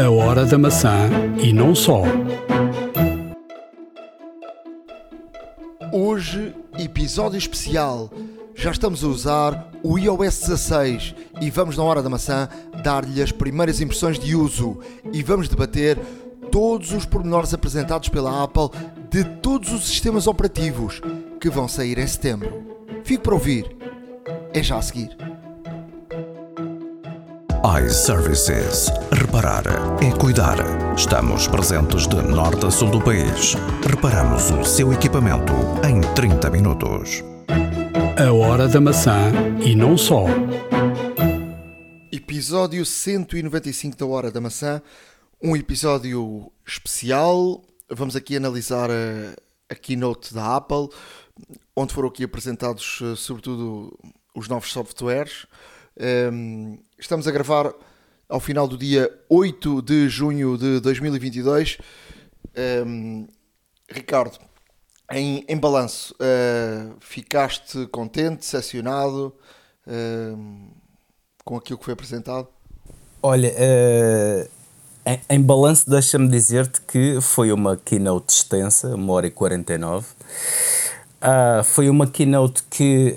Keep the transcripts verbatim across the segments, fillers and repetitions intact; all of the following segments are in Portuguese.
A Hora da Maçã e não só. Hoje, episódio especial. Já estamos a usar o i O S dezasseis e vamos na Hora da Maçã dar-lhe as primeiras impressões de uso e vamos debater todos os pormenores apresentados pela Apple de todos os sistemas operativos que vão sair em setembro. Fique para ouvir. É já a seguir. iServices. Reparar é cuidar. Estamos presentes de norte a sul do país. Reparamos o seu equipamento em trinta minutos. A Hora da Maçã e não só. Episódio cento e noventa e cinco da Hora da Maçã. Um episódio especial. Vamos aqui analisar a, a keynote da Apple, onde foram aqui apresentados sobretudo os novos softwares. Um, estamos a gravar ao final do dia oito de junho de dois mil e vinte e dois. Um, Ricardo, em, em balanço, uh, ficaste contente, decepcionado uh, com aquilo que foi apresentado? Olha, uh, em, em balanço deixa-me dizer-te que foi uma keynote extensa, uma hora e quarenta e nove. Uh, foi uma keynote que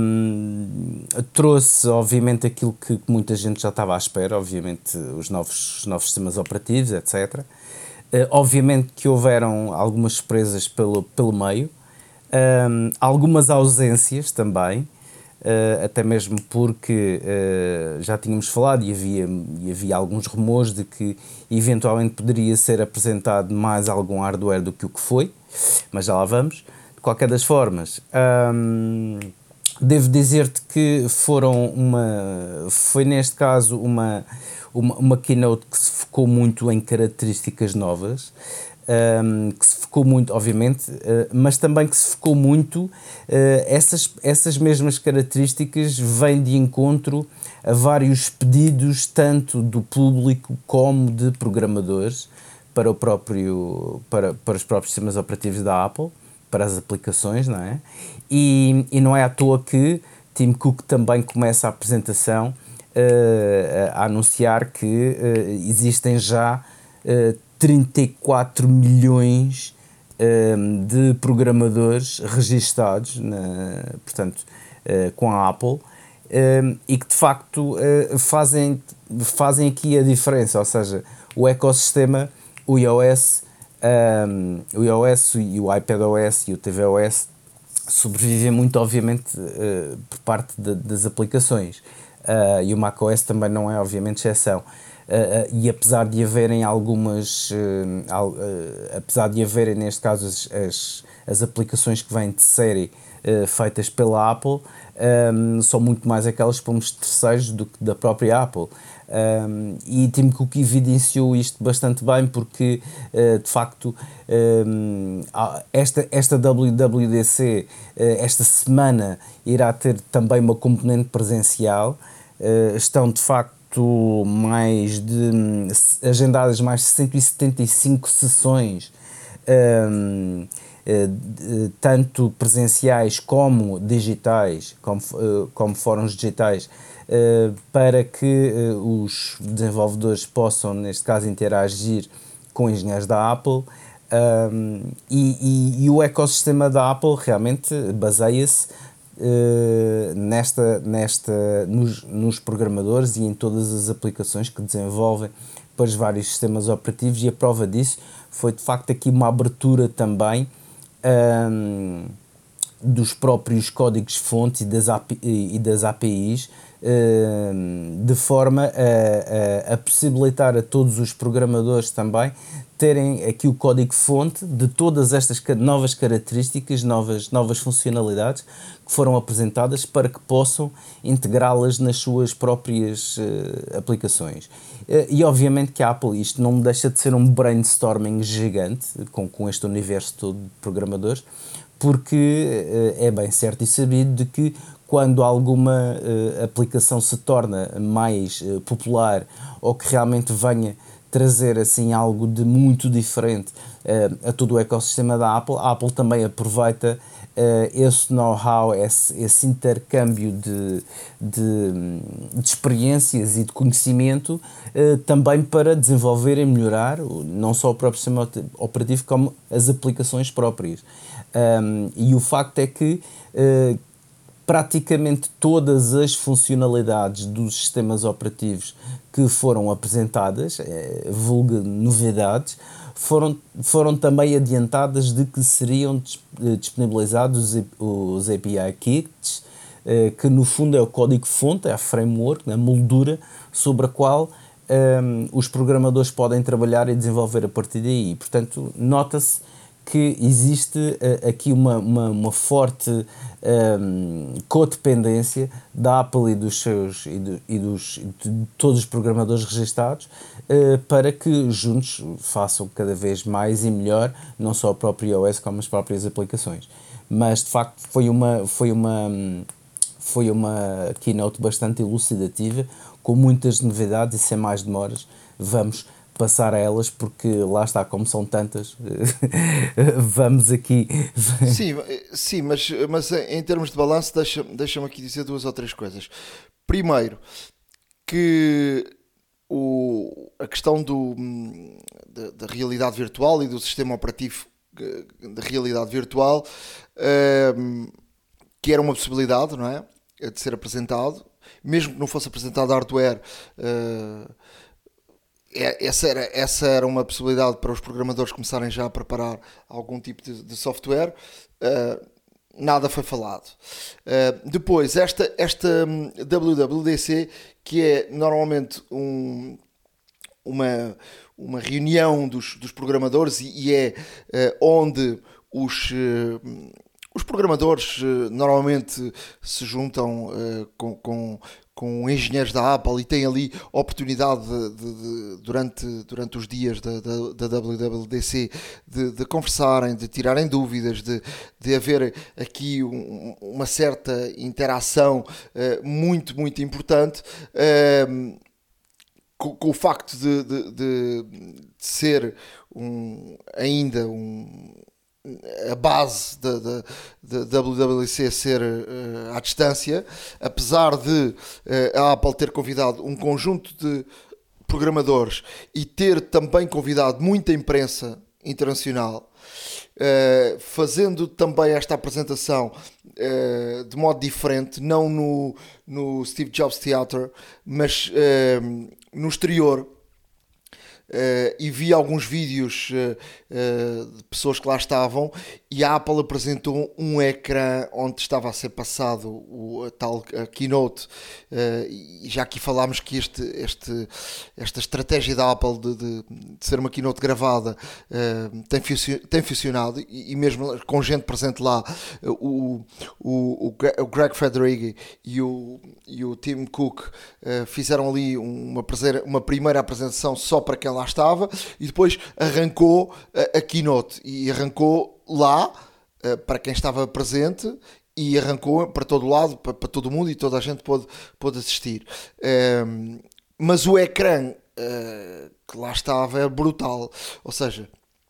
um, trouxe, obviamente, aquilo que muita gente já estava à espera, obviamente, os novos, os novos sistemas operativos, etcétera. Uh, obviamente que houveram algumas surpresas pelo, pelo meio, um, algumas ausências também, uh, até mesmo porque uh, já tínhamos falado e havia, e havia alguns rumores de que eventualmente poderia ser apresentado mais algum hardware do que o que foi, mas já lá vamos. De qualquer das formas, hum, devo dizer-te que foram uma, foi neste caso uma, uma, uma keynote que se focou muito em características novas, hum, que se focou muito, obviamente, uh, mas também que se focou muito, uh, essas, essas mesmas características vêm de encontro a vários pedidos, tanto do público como de programadores, para, o próprio, para, para os próprios sistemas operativos da Apple, para as aplicações, não é? E, e não é à toa que Tim Cook também começa a apresentação uh, a anunciar que uh, existem já uh, trinta e quatro milhões uh, de programadores registados, na, portanto, uh, com a Apple, uh, e que de facto uh, fazem, fazem aqui a diferença, ou seja, o ecossistema, o iOS, Um, o iOS e o iPadOS e o tvOS sobrevivem muito, obviamente, uh, por parte de, das aplicações, uh, e o macOS também não é, obviamente, exceção. Uh, uh, e apesar de haverem algumas, uh, al, uh, apesar de haverem, neste caso, as, as, as aplicações que vêm de série uh, feitas pela Apple, um, são muito mais aquelas para os terceiros do que da própria Apple. Um, e Tim Cook evidenciou isto bastante bem porque, uh, de facto, um, esta, esta W W D C, uh, esta semana, irá ter também uma componente presencial. Uh, estão, de facto, mais de, um, agendadas mais de cento e setenta e cinco sessões, um, uh, tanto presenciais como digitais, como, uh, como fóruns digitais, Uh, para que uh, os desenvolvedores possam, neste caso, interagir com engenheiros da Apple, um, e, e, e o ecossistema da Apple realmente baseia-se uh, nesta, nesta, nos, nos programadores e em todas as aplicações que desenvolvem para os vários sistemas operativos, e a prova disso foi, de facto, aqui uma abertura também um, dos próprios códigos-fonte e das, A P I, e das A P Is, de forma a, a, a possibilitar a todos os programadores também terem aqui o código-fonte de todas estas novas características, novas, novas funcionalidades que foram apresentadas, para que possam integrá-las nas suas próprias uh, aplicações. Uh, e obviamente que a Apple, isto não deixa de ser um brainstorming gigante com, com este universo todo de programadores, porque uh, é bem certo e sabido de que quando alguma uh, aplicação se torna mais uh, popular, ou que realmente venha trazer assim algo de muito diferente uh, a todo o ecossistema da Apple, a Apple também aproveita uh, esse know-how, esse, esse intercâmbio de, de, de experiências e de conhecimento uh, também para desenvolver e melhorar não só o próprio sistema operativo como as aplicações próprias. Um, e o facto é que uh, praticamente todas as funcionalidades dos sistemas operativos que foram apresentadas, eh, vulgo novidades, foram, foram também adiantadas de que seriam disponibilizados os, os A P I Kits, eh, que no fundo é o código-fonte, é a framework, a moldura sobre a qual eh, os programadores podem trabalhar e desenvolver a partir daí. Portanto, nota-se que existe uh, aqui uma, uma, uma forte um, codependência da Apple e dos seus e, do, e dos, de todos os programadores registados uh, para que juntos façam cada vez mais e melhor não só o próprio iOS como as próprias aplicações. Mas de facto foi uma, foi uma, foi uma keynote bastante elucidativa, com muitas novidades e sem mais demoras vamos passar a elas, porque lá está, como são tantas, vamos aqui... Sim, sim, mas, mas em termos de balanço, deixa, deixa-me aqui dizer duas ou três coisas. Primeiro, que o, a questão do, da, da realidade virtual e do sistema operativo de realidade virtual, um, que era uma possibilidade, não é? De ser apresentado, mesmo que não fosse apresentado hardware, uh, Essa era, essa era uma possibilidade para os programadores começarem já a preparar algum tipo de, de software. Uh, nada foi falado. Uh, depois, esta, esta W W D C, que é normalmente um, uma, uma reunião dos, dos programadores e, e é uh, onde os... Uh, Os programadores uh, normalmente se juntam uh, com, com, com engenheiros da Apple e têm ali a oportunidade de, de, de, durante, durante os dias da, da, da W W D C de, de conversarem, de tirarem dúvidas, de, de haver aqui um, uma certa interação uh, muito, muito importante. Uh, com, com o facto de, de, de, de ser um, ainda um a base da, da, da W W D C ser uh, à distância, apesar de uh, a Apple ter convidado um conjunto de programadores e ter também convidado muita imprensa internacional, uh, fazendo também esta apresentação uh, de modo diferente, não no, no Steve Jobs Theater, mas uh, no exterior. Uh, e vi alguns vídeos uh, uh, de pessoas que lá estavam e a Apple apresentou um ecrã onde estava a ser passado o, a tal a keynote, uh, e já aqui falámos que este, este, esta estratégia da Apple de, de, de ser uma keynote gravada uh, tem, tem funcionado e, e mesmo com gente presente lá, uh, o, o, o Greg Federighi e o, e o Tim Cook uh, fizeram ali uma, uma primeira apresentação só para quem lá estava e depois arrancou a, a keynote e arrancou lá uh, para quem estava presente e arrancou para todo lado, para, para todo mundo, e toda a gente pôde, pôde assistir. Um, mas o ecrã uh, que lá estava é brutal, ou seja,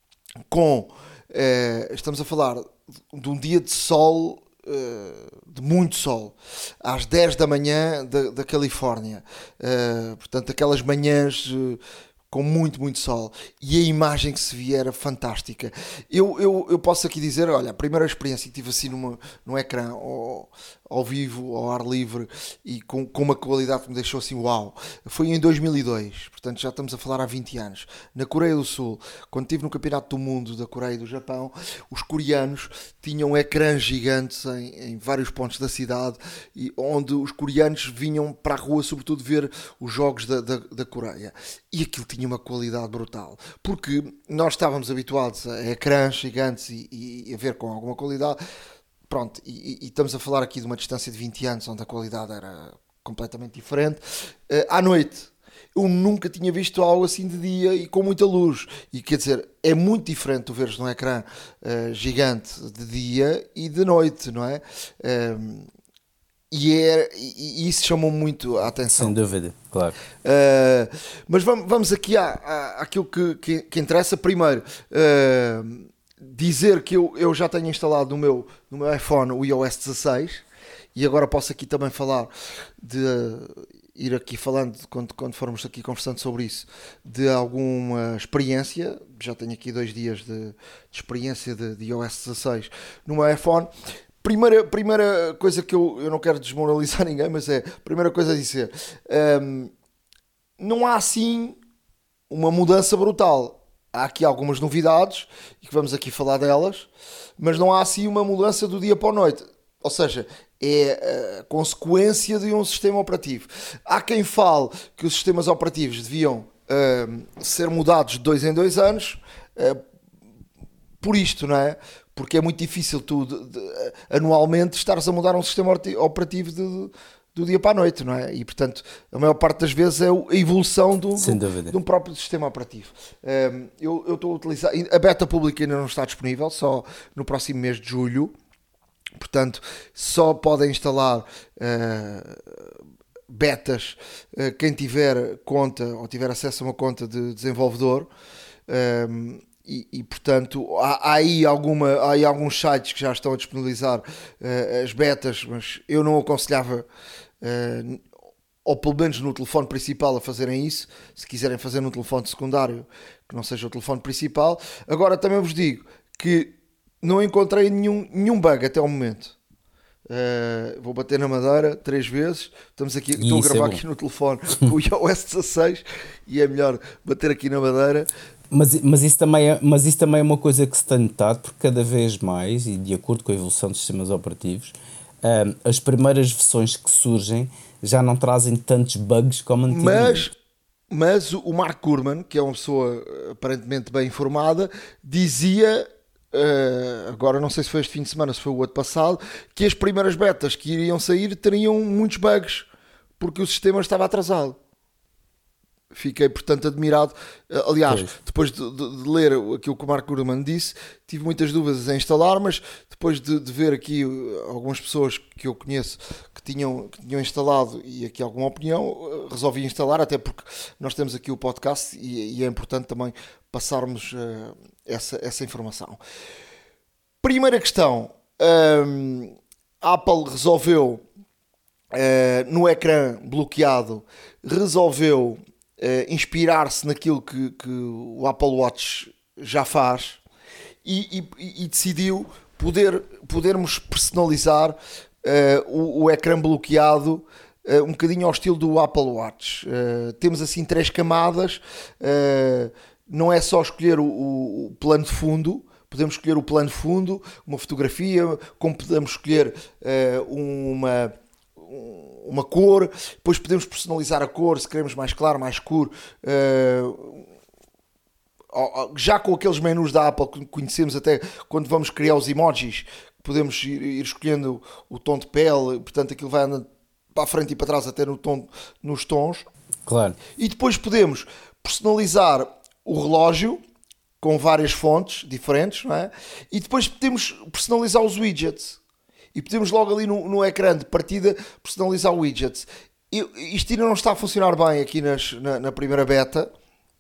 com uh, estamos a falar de um dia de sol, uh, de muito sol, às dez da manhã da, da Califórnia, uh, portanto aquelas manhãs uh, com muito, muito sol, e a imagem que se via era fantástica. Eu, eu, eu posso aqui dizer, olha, a primeira experiência que tive assim numa, num ecrã ao, ao vivo, ao ar livre, e com, com uma qualidade que me deixou assim, uau, foi em dois mil e dois, portanto já estamos a falar há vinte anos, na Coreia do Sul, quando estive no Campeonato do Mundo da Coreia e do Japão, os coreanos tinham ecrãs gigantes em, em vários pontos da cidade, e onde os coreanos vinham para a rua, sobretudo, ver os jogos da, da, da Coreia, e aquilo tinha uma qualidade brutal, porque nós estávamos habituados a ecrãs gigantes e, e, e a ver com alguma qualidade, pronto, e, e estamos a falar aqui de uma distância de vinte anos onde a qualidade era completamente diferente. Uh, à noite eu nunca tinha visto algo assim de dia e com muita luz, e quer dizer, é muito diferente tu veres num ecrã uh, gigante de dia e de noite, não é? Uh, E, é, e isso chamou muito a atenção. Sem dúvida, claro. Uh, mas vamos, vamos aqui à, à, àquilo que, que, que interessa. Primeiro, uh, dizer que eu, eu já tenho instalado no meu, no meu iPhone o i O S dezasseis, e agora posso aqui também falar de uh, ir aqui falando, quando, quando formos aqui conversando sobre isso, de alguma experiência. Já tenho aqui dois dias de, de experiência de, de i O S dezasseis no meu iPhone. Primeira, primeira coisa que eu, eu não quero desmoralizar ninguém, mas é a primeira coisa a dizer, um, não há assim uma mudança brutal. Há aqui algumas novidades e que vamos aqui falar delas, mas não há assim uma mudança do dia para a noite. Ou seja, é a consequência de um sistema operativo. Há quem fale que os sistemas operativos deviam uh, ser mudados de dois em dois anos, uh, por isto, não é? Porque é muito difícil tu, de, de, anualmente, estares a mudar um sistema operativo de, do dia para a noite, não é? E, portanto, a maior parte das vezes é a evolução do, do, de um próprio sistema operativo. Um, eu, eu estou a utilizar... A beta pública ainda não está disponível, só no próximo mês de julho. Portanto, só podem instalar uh, betas uh, quem tiver conta ou tiver acesso a uma conta de desenvolvedor. Um, E, e portanto há, há, aí alguma, há aí alguns sites que já estão a disponibilizar uh, as betas, mas eu não aconselhava, uh, ou pelo menos no telefone principal, a fazerem isso. Se quiserem fazer no telefone secundário, que não seja o telefone principal. Agora também vos digo que não encontrei nenhum, nenhum bug até ao momento. Uh, vou bater na madeira três vezes. Estamos aqui, estou a gravar é aqui no telefone com o i O S dezasseis e é melhor bater aqui na madeira. Mas, mas, isso também é, mas isso também é uma coisa que se tem notado, porque cada vez mais, e de acordo com a evolução dos sistemas operativos, um, as primeiras versões que surgem já não trazem tantos bugs como antigamente. Mas, mas o Mark Gurman, que é uma pessoa aparentemente bem informada, dizia, uh, agora não sei se foi este fim de semana, se foi o outro passado, que as primeiras betas que iriam sair teriam muitos bugs, porque o sistema estava atrasado. Fiquei, portanto, admirado. Aliás, pois. depois de, de, de ler aquilo que o Mark Gurman disse, tive muitas dúvidas em instalar, mas depois de, de ver aqui algumas pessoas que eu conheço que tinham, que tinham instalado e aqui alguma opinião, resolvi instalar, até porque nós temos aqui o podcast e, e é importante também passarmos uh, essa, essa informação. Primeira questão, um, a Apple resolveu, uh, no ecrã bloqueado, resolveu Uh, inspirar-se naquilo que, que o Apple Watch já faz e, e, e decidiu poder, podermos personalizar uh, o, o ecrã bloqueado uh, um bocadinho ao estilo do Apple Watch. Uh, temos assim três camadas, uh, não é só escolher o, o, o plano de fundo. Podemos escolher o plano de fundo, uma fotografia, como podemos escolher uh, uma... uma cor, depois podemos personalizar a cor, se queremos mais claro, mais escuro, uh, já com aqueles menus da Apple que conhecemos até quando vamos criar os emojis, podemos ir, ir escolhendo o tom de pele, portanto aquilo vai andando para a frente e para trás até no tom, nos tons. Claro. E depois podemos personalizar o relógio com várias fontes diferentes, não é? E depois podemos personalizar os widgets. E podemos logo ali no, no ecrã de partida personalizar o widget. Eu, isto ainda não está a funcionar bem aqui nas, na, na primeira beta.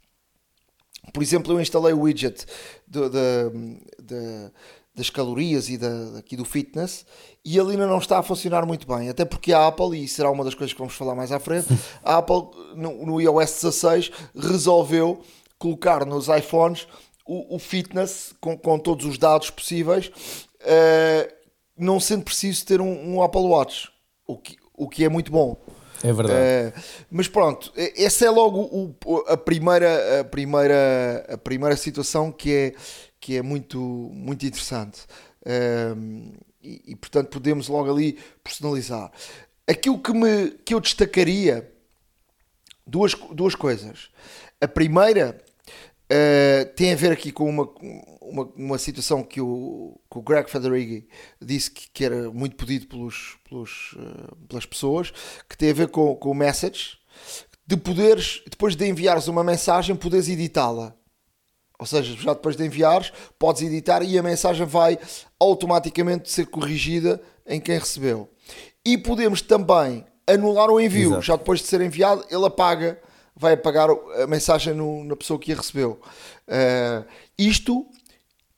Por exemplo, eu instalei o widget do, de, de, das calorias e da, aqui do fitness e ele ainda não está a funcionar muito bem. Até porque a Apple, e será uma das coisas que vamos falar mais à frente, a Apple no, no i O S dezasseis resolveu colocar nos iPhones o, o fitness com, com todos os dados possíveis, uh, não sendo preciso ter um, um Apple Watch, o que, o que é muito bom. É verdade. Uh, mas pronto, essa é logo o, a, primeira, a, primeira, a primeira situação que é, que é muito, muito interessante. Uh, e, e portanto podemos logo ali personalizar. Aquilo que, me, que eu destacaria, duas, duas coisas. A primeira uh, tem a ver aqui com uma... Uma, uma situação que o, que o Greg Federighi disse que, que era muito pedido pelos, pelos, uh, pelas pessoas, que tem a ver com, com o message, de poderes, depois de enviares uma mensagem, poderes editá-la. Ou seja, já depois de enviares, podes editar e a mensagem vai automaticamente ser corrigida em quem recebeu. E podemos também anular o envio. Exato. Já depois de ser enviado, ele apaga, vai apagar a mensagem no, na pessoa que a recebeu. Uh, isto...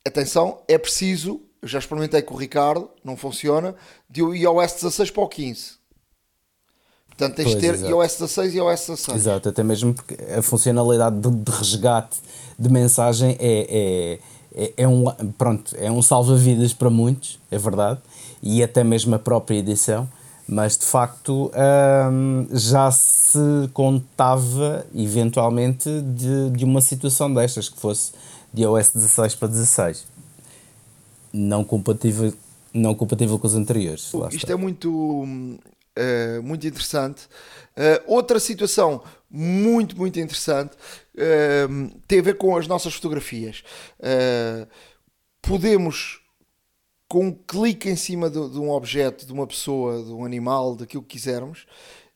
atenção, é preciso, eu já experimentei com o Ricardo, não funciona, de iOS dezasseis para o quinze. Portanto, tens de ter exato. iOS dezasseis e iOS dezasseis. Exato, até mesmo porque a funcionalidade de, de resgate de mensagem é, é, é, é um, pronto, é um salva-vidas para muitos, é verdade, e até mesmo a própria edição, mas de facto hum, já se contava eventualmente de, de uma situação destas, que fosse de iOS dezasseis para dezasseis, não compatível, não compatível com os anteriores. Lá Isto está. é muito, uh, muito interessante. Uh, outra situação muito, muito interessante uh, tem a ver com as nossas fotografias. Uh, podemos, com um clique em cima de, de um objeto, de uma pessoa, de um animal, daquilo que quisermos,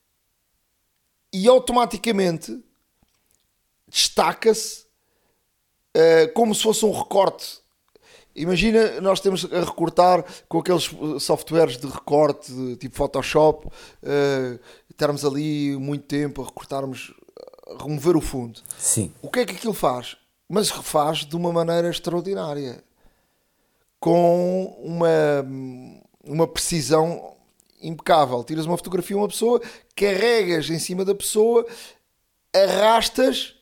e automaticamente destaca-se uh, como se fosse um recorte. Imagina, nós temos a recortar com aqueles softwares de recorte, de, tipo Photoshop, uh, estarmos ali muito tempo a recortarmos, a remover o fundo. Sim. O que é que aquilo faz? Mas refaz de uma maneira extraordinária, com uma, uma precisão impecável. Tiras uma fotografia de uma pessoa, carregas em cima da pessoa, arrastas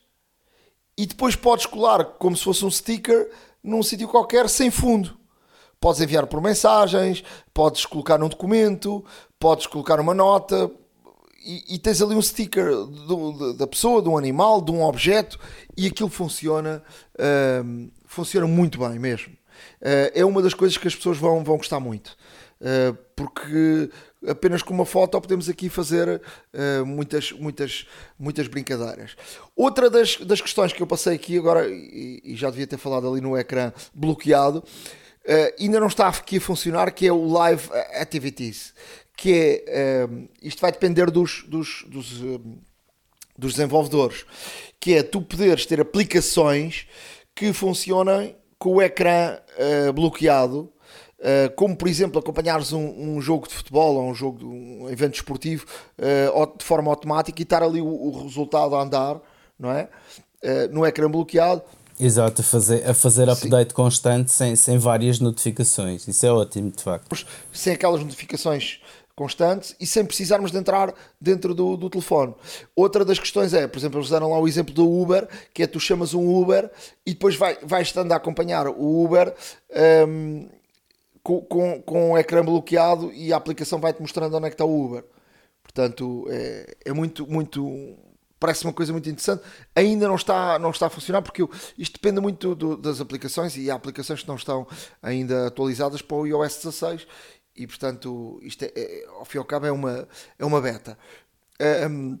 e depois podes colar como se fosse um sticker num sítio qualquer sem fundo. Podes enviar por mensagens, podes colocar num documento, podes colocar uma nota e, e tens ali um sticker do, de, da pessoa, de um animal, de um objeto, e aquilo funciona, uh, funciona muito bem mesmo. Uh, é uma das coisas que as pessoas vão, vão gostar muito, uh, porque apenas com uma foto podemos aqui fazer uh, muitas, muitas, muitas brincadeiras. Outra das, das questões que eu passei aqui agora, e, e já devia ter falado ali no ecrã bloqueado, uh, ainda não está aqui a funcionar, que é o Live Activities, que é, uh, isto vai depender dos, dos, dos, uh, dos desenvolvedores, que é tu poderes ter aplicações que funcionem com o ecrã uh, bloqueado, uh, como por exemplo acompanhares um, um jogo de futebol ou um jogo de um evento esportivo uh, de forma automática e estar ali o, o resultado a andar, não é? Uh, no ecrã bloqueado. Exato, a fazer, a fazer update constante sem, sem várias notificações. Isso é ótimo, de facto. Sem aquelas notificações constantes e sem precisarmos de entrar dentro do, do telefone. Outra das questões é, por exemplo, eles deram lá o exemplo do Uber, que é tu chamas um Uber e depois vai, vais estando a acompanhar o Uber um, com, com, com o ecrã bloqueado e a aplicação vai-te mostrando onde é que está o Uber. Portanto, é, é muito, muito... Parece uma coisa muito interessante. Ainda não está, não está a funcionar porque eu, isto depende muito do, das aplicações e há aplicações que não estão ainda atualizadas para o iOS dezasseis. E, portanto, isto é, é, ao fim e ao cabo é uma, é uma beta. Um,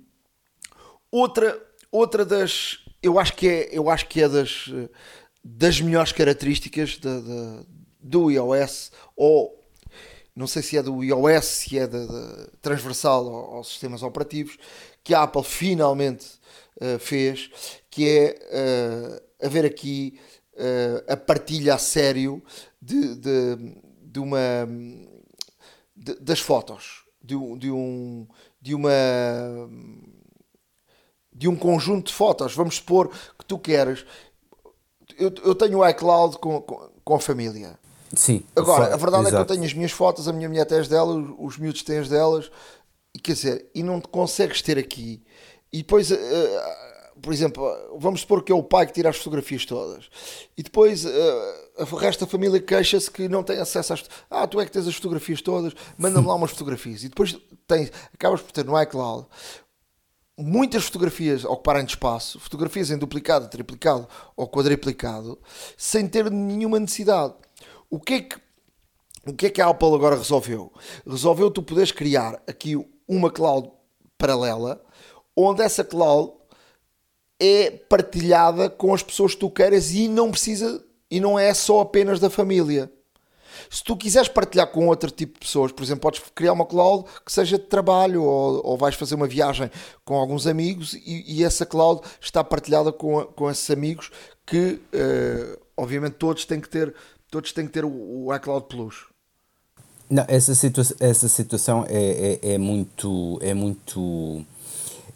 outra, outra das... Eu acho que é, eu acho que é das, das melhores características de, de, do iOS, ou não sei se é do iOS, se é de, de, transversal aos, aos sistemas operativos, que a Apple finalmente uh, fez, que é uh, haver aqui uh, a partilha a sério de, de, de uma... De, das fotos, de, de, um, de uma de um conjunto de fotos. Vamos supor que tu queres, eu, eu tenho o iCloud com, com, com a família. Sim. Agora, a verdade exato. é que eu tenho as minhas fotos, a minha mulher tem as delas, os, os miúdos têm as delas, e quer dizer, e não te consegues ter aqui. E depois, uh, por exemplo, vamos supor que é o pai que tira as fotografias todas, e depois uh, o resto da família queixa-se que não tem acesso às... Ah, tu é que tens as fotografias todas, manda-me lá umas fotografias. E depois tens, acabas por ter no iCloud muitas fotografias a ocuparem de espaço, fotografias em duplicado, triplicado ou quadriplicado, sem ter nenhuma necessidade. O que é que, o que é que a Apple agora resolveu? Resolveu tu poderes criar aqui uma cloud paralela, onde essa cloud é partilhada com as pessoas que tu queiras e não precisa, e não é só apenas da família. Se tu quiseres partilhar com outro tipo de pessoas, por exemplo, podes criar uma cloud que seja de trabalho, ou, ou vais fazer uma viagem com alguns amigos e, e essa cloud está partilhada com, com esses amigos que, uh, obviamente, todos têm que ter, todos têm que ter o, o iCloud Plus. Não, essa, situa essa situação é, é, é muito... É muito...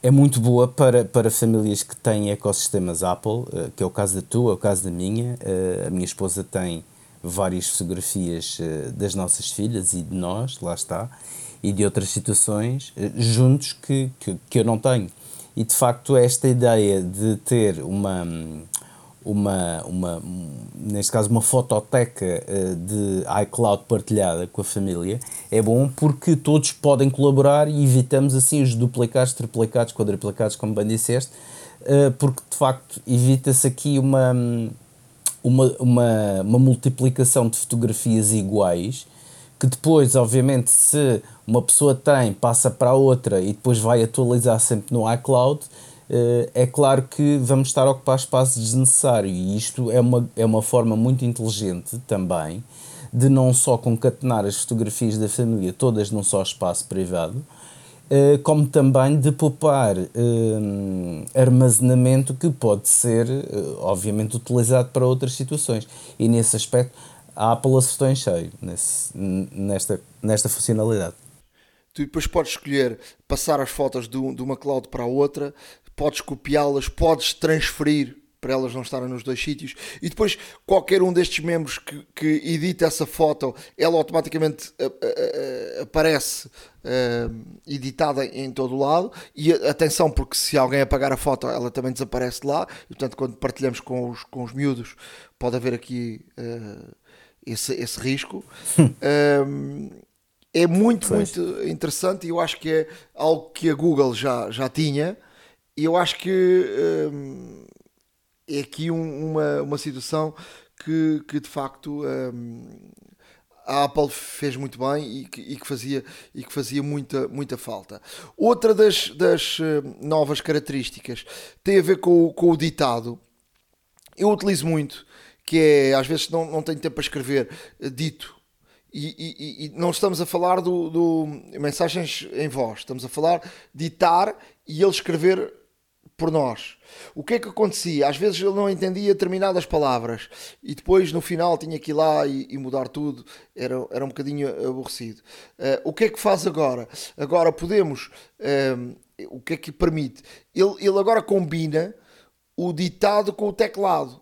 é muito boa para, para famílias que têm ecossistemas Apple, que é o caso da tua, é o caso da minha. A minha esposa tem várias fotografias das nossas filhas e de nós, lá está, e de outras situações juntos que, que, que eu não tenho. E de facto esta ideia de ter uma, uma, uma neste caso uma fototeca de iCloud partilhada com a família é bom, porque todos podem colaborar e evitamos assim os duplicados, triplicados, quadruplicados, como bem disseste, porque de facto evita-se aqui uma, uma, uma, uma multiplicação de fotografias iguais, que depois, obviamente, se uma pessoa tem, passa para a outra e depois vai atualizar sempre no iCloud, é claro que vamos estar a ocupar espaço desnecessário, e isto é uma, é uma forma muito inteligente também de não só concatenar as fotografias da família todas num só espaço privado, como também de poupar armazenamento que pode ser, obviamente, utilizado para outras situações. E nesse aspecto a Apple acertou em cheio nesse, nesta, nesta funcionalidade. Tu depois podes escolher passar as fotos de, de uma cloud para a outra, podes copiá-las, podes transferir para elas não estarem nos dois sítios, e depois qualquer um destes membros que, que edita essa foto, ela automaticamente a, a, a, aparece uh, editada em todo o lado. E atenção, porque se alguém apagar a foto, ela também desaparece lá, e portanto quando partilhamos com os, com os miúdos pode haver aqui uh, esse, esse risco. um, é muito, pois. muito interessante, e eu acho que é algo que a Google já, já tinha, e eu acho que um, é aqui um, uma, uma situação que, que de facto um, a Apple fez muito bem e que, e que fazia, e que fazia muita, muita falta. Outra das, das novas características tem a ver com, com o ditado. Eu utilizo muito, que é, às vezes não, não tenho tempo para escrever, dito. E, e, e não estamos a falar do, do mensagens em voz, estamos a falar de ditar e ele escrever por nós. O que é que acontecia? Às vezes ele não entendia determinadas palavras e depois no final tinha que ir lá e, e mudar tudo, era, era um bocadinho aborrecido. Uh, o que é que faz agora? Agora podemos, um, o que é que permite? Ele, ele agora combina o ditado com o teclado.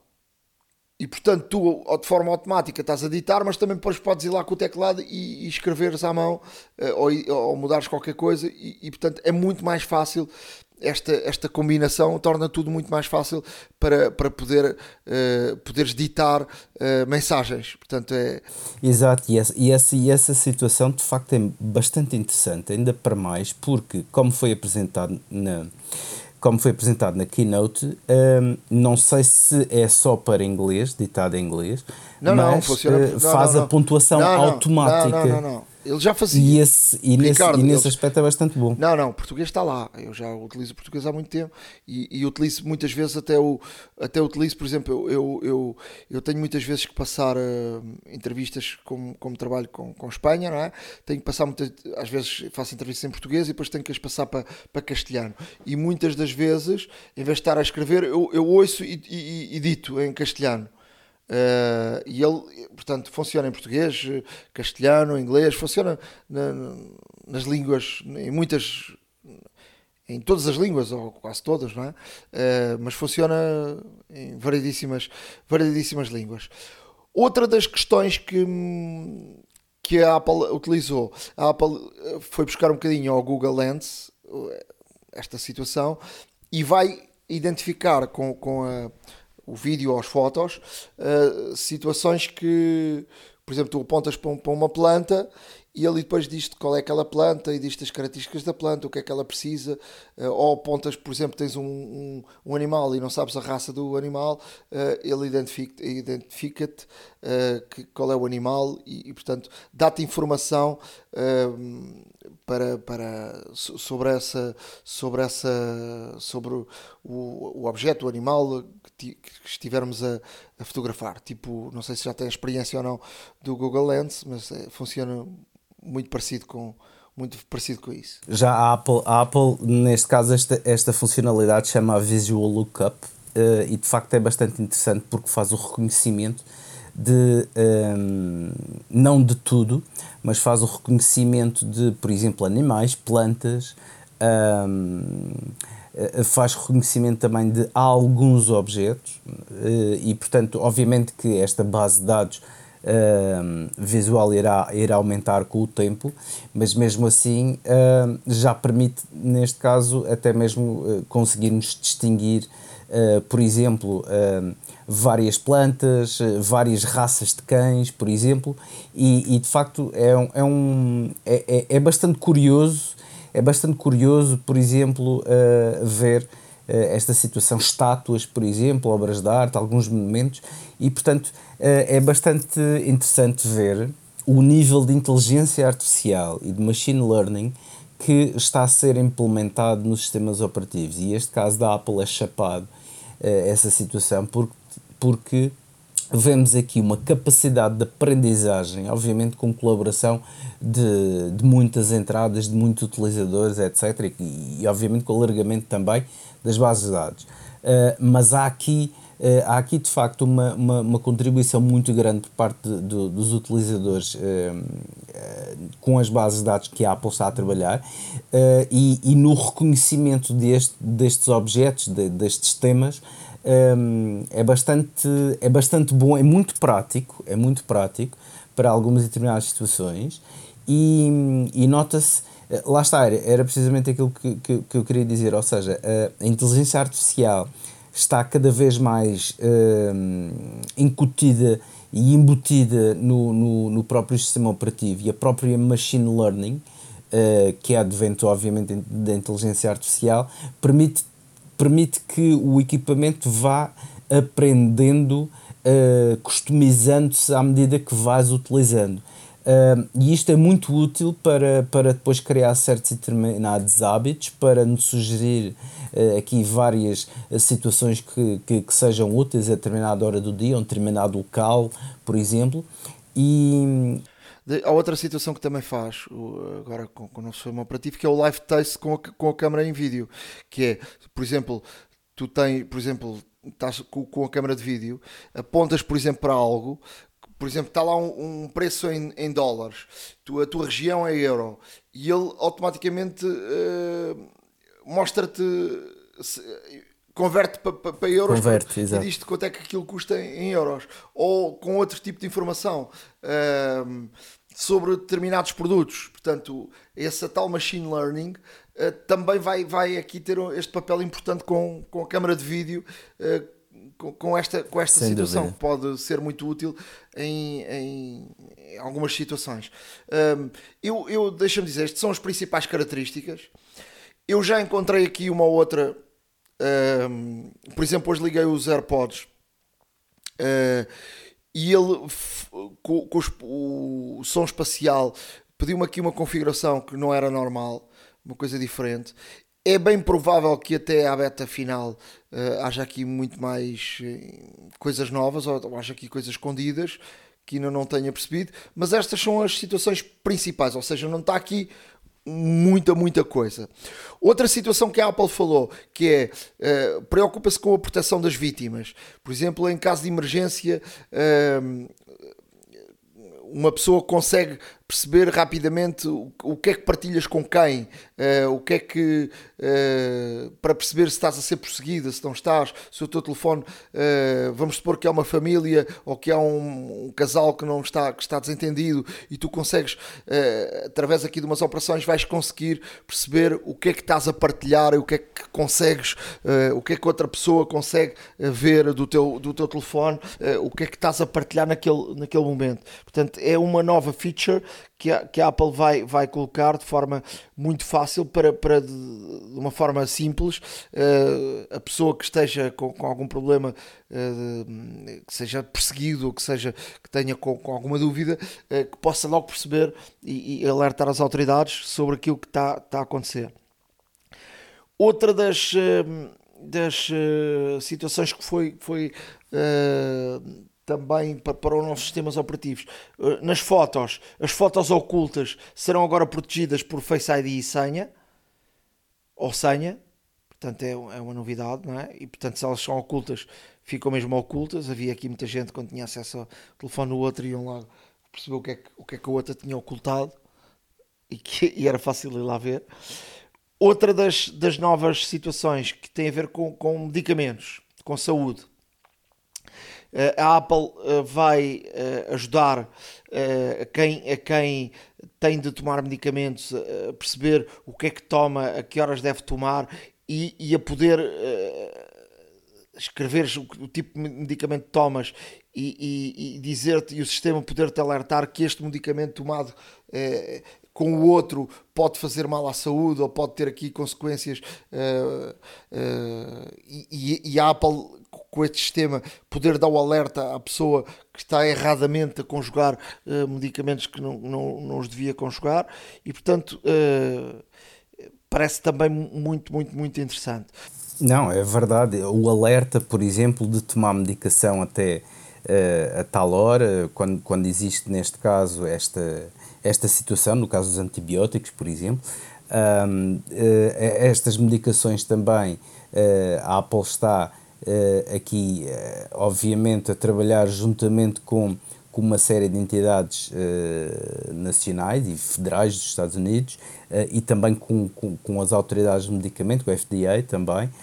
E portanto tu de forma automática estás a ditar, mas também depois podes ir lá com o teclado e, e escreveres à mão, ou, ou mudares qualquer coisa, e, e portanto é muito mais fácil. Esta, esta combinação torna tudo muito mais fácil para, para poder, uh, poderes ditar uh, mensagens. Portanto, é... Exato, e essa, e, essa, e essa situação de facto é bastante interessante, ainda para mais porque, como foi apresentado na... Como foi apresentado na Keynote, um, não sei se é só para inglês, ditado em inglês, não, mas não, funciona, uh, não, faz não, não. a pontuação não, não, automática. Não, não, não, não. Ele já fazia. E, esse, e, Ricardo, nesse, e nesse eles... aspecto é bastante bom. Não, não, o português está lá. Eu já utilizo o português há muito tempo e, e utilizo muitas vezes até o até utilizo, por exemplo, eu, eu, eu, eu tenho muitas vezes que passar uh, entrevistas como, como trabalho com, com Espanha, não é? Tenho que passar muitas, às vezes faço entrevistas em português e depois tenho que as passar para, para castelhano. E muitas das vezes, em vez de estar a escrever, eu, eu ouço e, e, e dito em castelhano. Uh, e ele, portanto, funciona em português, castelhano, inglês, funciona na, nas línguas, em muitas, em todas as línguas, ou quase todas, não é? Uh, mas funciona em variedíssimas, variedíssimas línguas. Outra das questões que, que a Apple utilizou, a Apple foi buscar um bocadinho ao Google Lens esta situação e vai identificar com, com a o vídeo ou as fotos, uh, situações que, por exemplo, tu apontas para, um, para uma planta e ele depois diz-te qual é aquela planta e diz-te as características da planta, o que é que ela precisa, uh, ou apontas, por exemplo, tens um, um, um animal e não sabes a raça do animal, uh, ele identifica, identifica-te uh, que, qual é o animal e, e portanto, dá-te informação uh, para, para, sobre essa, sobre essa, sobre o, o objeto, o animal que, que estivermos a, a fotografar. Tipo, não sei se já tem experiência ou não do Google Lens, mas é, funciona muito parecido com muito parecido com isso. Já a Apple, a Apple neste caso esta, esta funcionalidade chama a Visual Lookup uh, e de facto é bastante interessante porque faz o reconhecimento de um, não de tudo, mas faz o reconhecimento de, por exemplo, animais, plantas, um, faz reconhecimento também de alguns objetos e, portanto, obviamente que esta base de dados Uh, visual irá, irá aumentar com o tempo, mas mesmo assim uh, já permite, neste caso, até mesmo uh, conseguirmos distinguir, uh, por exemplo, uh, várias plantas, uh, várias raças de cães, por exemplo, e, e de facto é, um, é, um, é, é bastante curioso, é bastante curioso, por exemplo, uh, ver esta situação, estátuas, por exemplo, obras de arte, alguns monumentos, e portanto é bastante interessante ver o nível de inteligência artificial e de machine learning que está a ser implementado nos sistemas operativos, e este caso da Apple é chapado essa situação porque, porque vemos aqui uma capacidade de aprendizagem, obviamente com colaboração de, de muitas entradas, de muitos utilizadores, etcétera, e, e obviamente com o alargamento também das bases de dados. Uh, mas há aqui, uh, há aqui de facto uma, uma, uma contribuição muito grande por parte de, de, dos utilizadores uh, uh, com as bases de dados que a Apple está a trabalhar uh, e, e no reconhecimento deste, destes objetos, de, destes temas. Um, é, bastante, é bastante bom, é muito prático, é muito prático para algumas determinadas situações e, e nota-se, lá está, era, era precisamente aquilo que, que, que eu queria dizer, ou seja, a, a inteligência artificial está cada vez mais um, incutida e embutida no, no, no próprio sistema operativo, e a própria machine learning, uh, que é advento obviamente da inteligência artificial, permite permite que o equipamento vá aprendendo, uh, customizando-se à medida que vais utilizando. Uh, e isto é muito útil para, para depois criar certos e determinados hábitos, para nos sugerir uh, aqui várias situações que, que, que sejam úteis a determinada hora do dia, a um determinado local, por exemplo. E... Há outra situação que também faz, agora com, com o nosso sistema operativo, que é o live taste com a, com a câmera em vídeo, que é, por exemplo, tu tens, por exemplo, estás com, com a câmera de vídeo, apontas, por exemplo, para algo, por exemplo, está lá um, um preço em, em dólares, tu, a tua região é euro, e ele automaticamente uh, mostra-te... Se, converte para pa, pa euros, converte, e diz-te quanto é que aquilo custa em, em euros, ou com outro tipo de informação uh, sobre determinados produtos. Portanto, essa tal machine learning uh, também vai, vai aqui ter este papel importante com, com a câmara de vídeo, uh, com, com esta, com esta situação, dúvida. Que pode ser muito útil em, em, em algumas situações. Uh, eu, eu deixa-me dizer, estas são as principais características. Eu já encontrei aqui uma outra. Um, por exemplo, hoje liguei os AirPods uh, e ele f- com, com os, o som espacial pediu-me aqui uma configuração que não era normal, uma coisa diferente. É bem provável que até à beta final uh, haja aqui muito mais uh, coisas novas, ou, ou haja aqui coisas escondidas que ainda não tenha percebido, mas estas são as situações principais, ou seja, não está aqui muita, muita coisa. Outra situação que a Apple falou, que é, uh, preocupa-se com a proteção das vítimas. Por exemplo, em caso de emergência, uh, uma pessoa consegue perceber rapidamente o, o que é que partilhas com quem, uh, o que é que, uh, para perceber se estás a ser perseguida, se não estás, se o teu telefone, uh, vamos supor que é uma família ou que há um, um casal que não está, que está desentendido, e tu consegues, uh, através aqui de umas operações, vais conseguir perceber o que é que estás a partilhar, o que é que consegues, uh, o que é que outra pessoa consegue ver do teu, do teu telefone, uh, o que é que estás a partilhar naquele, naquele momento. Portanto, é uma nova feature que a, que a Apple vai, vai colocar de forma muito fácil, para, para de, de uma forma simples, uh, a pessoa que esteja com, com algum problema, uh, que seja perseguido, ou que, seja, que tenha com, com alguma dúvida, uh, que possa logo perceber e, e alertar as autoridades sobre aquilo que está, está a acontecer. Outra das, uh, das uh, situações que foi... foi uh, também para os nossos sistemas operativos, nas fotos, as fotos ocultas serão agora protegidas por Face I D e senha, ou senha, portanto é uma novidade, não é? E portanto, se elas são ocultas, ficam mesmo ocultas. Havia aqui muita gente, quando tinha acesso ao telefone do outro, iam lá perceber o que é que, o que, é que a outra tinha ocultado, e, que, e era fácil ir lá ver. outra das, das novas situações que tem a ver com, com medicamentos, com saúde. A Apple vai ajudar a quem, a quem tem de tomar medicamentos a perceber o que é que toma, a que horas deve tomar e, e a poder escrever o, o tipo de medicamento que tomas e, e, e dizer-te, e o sistema poder-te alertar que este medicamento tomado eh, com o outro pode fazer mal à saúde ou pode ter aqui consequências uh, uh, e, e a Apple com este sistema poder dar o alerta à pessoa que está erradamente a conjugar uh, medicamentos que não, não, não os devia conjugar e portanto uh, parece também muito, muito, muito interessante. Não, é verdade, o alerta, por exemplo, de tomar medicação até uh, a tal hora, quando, quando existe neste caso esta esta situação, no caso dos antibióticos, por exemplo. Um, uh, estas medicações também, uh, a Apple está uh, aqui, uh, obviamente, a trabalhar juntamente com, com uma série de entidades uh, nacionais e federais dos Estados Unidos uh, e também com, com, com as autoridades de medicamento, com a F D A também,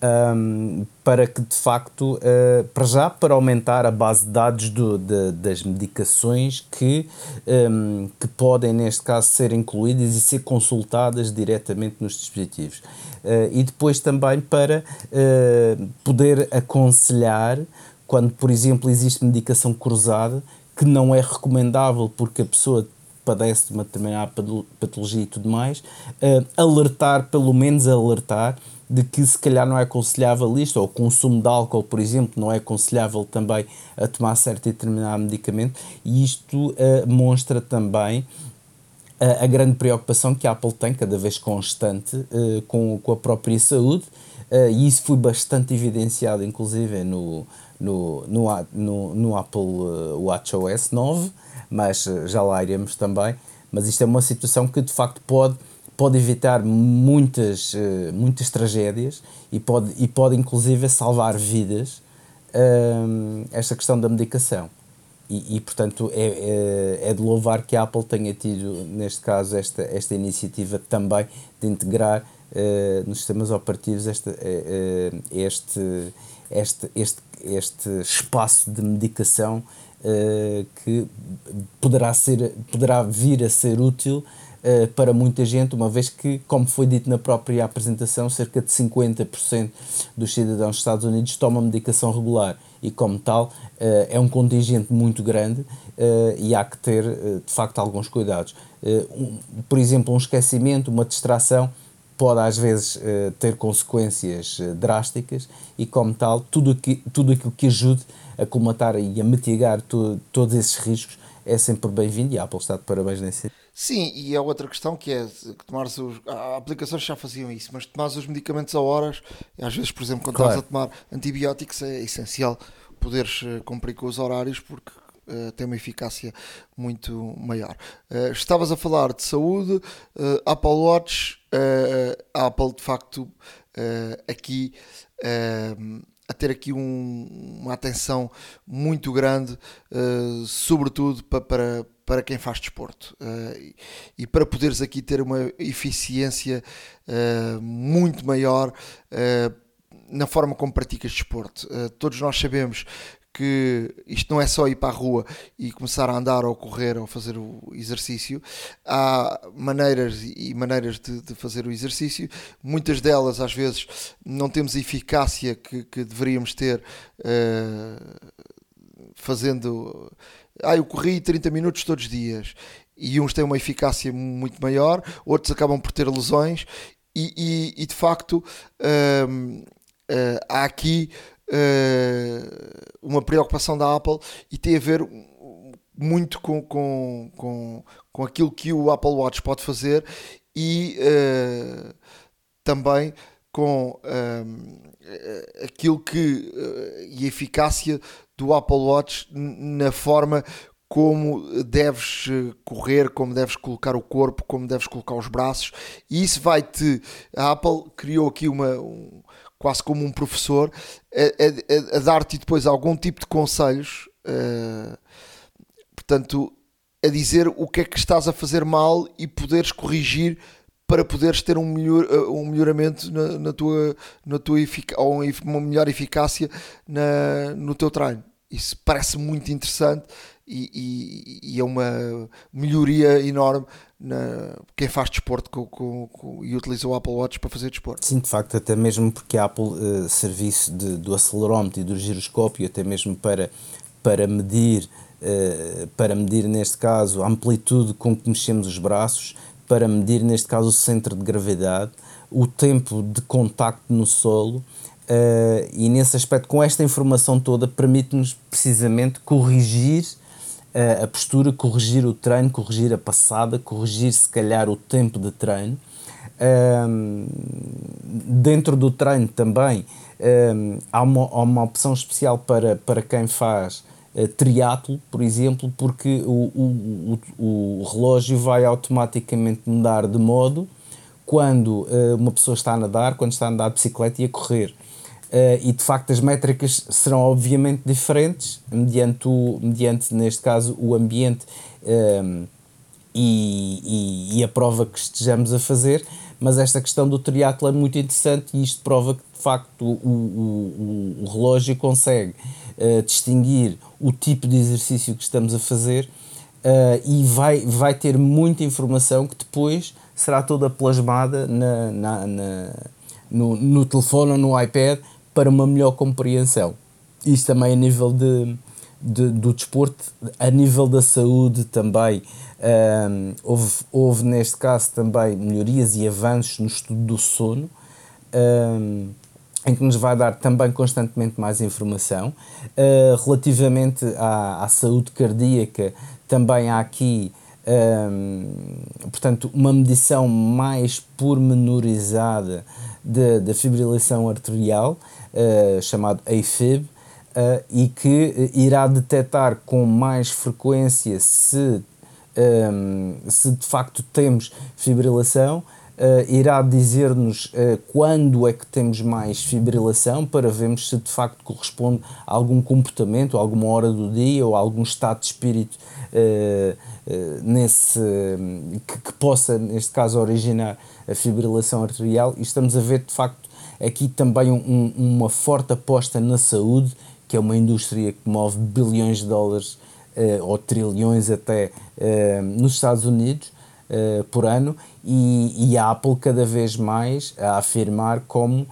Um, para que de facto, uh, para já, para aumentar a base de dados do, de, das medicações que, um, que podem, neste caso, ser incluídas e ser consultadas diretamente nos dispositivos. Uh, e depois também para uh, poder aconselhar, quando, por exemplo, existe medicação cruzada, que não é recomendável porque a pessoa padece de uma determinada patologia e tudo mais, uh, alertar, pelo menos alertar, de que se calhar não é aconselhável isto, ou o consumo de álcool, por exemplo, não é aconselhável também a tomar certo e determinado medicamento, e isto uh, mostra também uh, a grande preocupação que a Apple tem, cada vez constante, uh, com, com a própria saúde, uh, e isso foi bastante evidenciado, inclusive, no, no, no, no, no Apple uh, WatchOS nove, mas uh, já lá iremos também, mas isto é uma situação que de facto pode pode evitar muitas, muitas tragédias e pode, e pode inclusive salvar vidas, um, esta questão da medicação. E, e portanto, é, é, é de louvar que a Apple tenha tido, neste caso, esta, esta iniciativa também de integrar uh, nos sistemas operativos este, uh, este, este, este, este espaço de medicação uh, que poderá, ser, poderá vir a ser útil Uh, para muita gente, uma vez que, como foi dito na própria apresentação, cerca de cinquenta por cento dos cidadãos dos Estados Unidos tomam medicação regular e, como tal, uh, é um contingente muito grande uh, e há que ter, uh, de facto, alguns cuidados. Uh, um, por exemplo, um esquecimento, uma distração, pode às vezes uh, ter consequências uh, drásticas e, como tal, tudo, que, tudo aquilo que ajude a colmatar e a mitigar to, todos esses riscos é sempre bem-vindo e a Apple está de parabéns nesse. Sim, e há outra questão que é que tomares os, há aplicações que já faziam isso, mas tomares os medicamentos a horas, às vezes, por exemplo, quando claro. estás a tomar antibióticos, é essencial poderes cumprir com os horários porque uh, tem uma eficácia muito maior. Uh, estavas a falar de saúde, uh, Apple Watch, uh, a Apple de facto uh, aqui uh, a ter aqui um, uma atenção muito grande, uh, sobretudo para, para, para quem faz desporto. Uh, e, e para poderes aqui ter uma eficiência uh, muito maior uh, na forma como praticas desporto. Uh, todos nós sabemos que isto não é só ir para a rua e começar a andar ou correr ou fazer o exercício. Há maneiras e maneiras de, de fazer o exercício, muitas delas às vezes não temos a eficácia que, que deveríamos ter uh, fazendo, ah, eu corri trinta minutos todos os dias, e uns têm uma eficácia muito maior, outros acabam por ter lesões e, e, e de facto uh, uh, há aqui Uh, uma preocupação da Apple e tem a ver muito com, com, com, com aquilo que o Apple Watch pode fazer e uh, também com uh, aquilo que uh, e a eficácia do Apple Watch na forma como deves correr, como deves colocar o corpo, como deves colocar os braços, e isso vai-te... A Apple criou aqui uma... Um, quase como um professor, a, a, a dar-te depois algum tipo de conselhos, uh, portanto, a dizer o que é que estás a fazer mal e poderes corrigir para poderes ter um, melhor, um melhoramento na, na tua, na tua efic- ou uma melhor eficácia na, no teu treino. Isso parece muito interessante e, e, e é uma melhoria enorme na quem faz desporto com, com, com, e utiliza o Apple Watch para fazer desporto. Sim, de facto, até mesmo porque a Apple, uh, serviço de, do acelerómetro e do giroscópio, até mesmo para, para medir, uh, para medir neste caso a amplitude com que mexemos os braços, para medir neste caso o centro de gravidade, o tempo de contacto no solo. Uh, e nesse aspecto, com esta informação toda, permite-nos precisamente corrigir uh, a postura, corrigir o treino, corrigir a passada, corrigir se calhar o tempo de treino. Uh, dentro do treino também uh, há, uma, há uma opção especial para, para quem faz uh, triatlo, por exemplo, porque o, o, o, o relógio vai automaticamente mudar de modo quando uh, uma pessoa está a nadar, quando está a andar de bicicleta e a correr. Uh, e de facto as métricas serão obviamente diferentes mediante, o, mediante neste caso o ambiente um, e, e, e a prova que estejamos a fazer, mas esta questão do triatlo é muito interessante e isto prova que de facto o, o, o, o relógio consegue uh, distinguir o tipo de exercício que estamos a fazer uh, e vai, vai ter muita informação que depois será toda plasmada na, na, na, no, no telefone ou no iPad para uma melhor compreensão. Isto também a nível de, de, do desporto, a nível da saúde também, um, houve, houve neste caso também melhorias e avanços no estudo do sono, um, em que nos vai dar também constantemente mais informação. Uh, relativamente à, à saúde cardíaca, também há aqui um, portanto, uma medição mais pormenorizada da fibrilação arterial, uh, chamado A Fib, uh, e que irá detectar com mais frequência se, um, se de facto temos fibrilação, uh, irá dizer-nos uh, quando é que temos mais fibrilação para vermos se de facto corresponde a algum comportamento, a alguma hora do dia ou a algum estado de espírito uh, uh, nesse, uh, que, que possa, neste caso, originar a fibrilação arterial. E estamos a ver de facto aqui também um, uma forte aposta na saúde, que é uma indústria que move bilhões de dólares uh, ou trilhões até uh, nos Estados Unidos uh, por ano, e, e a Apple cada vez mais a afirmar como uh,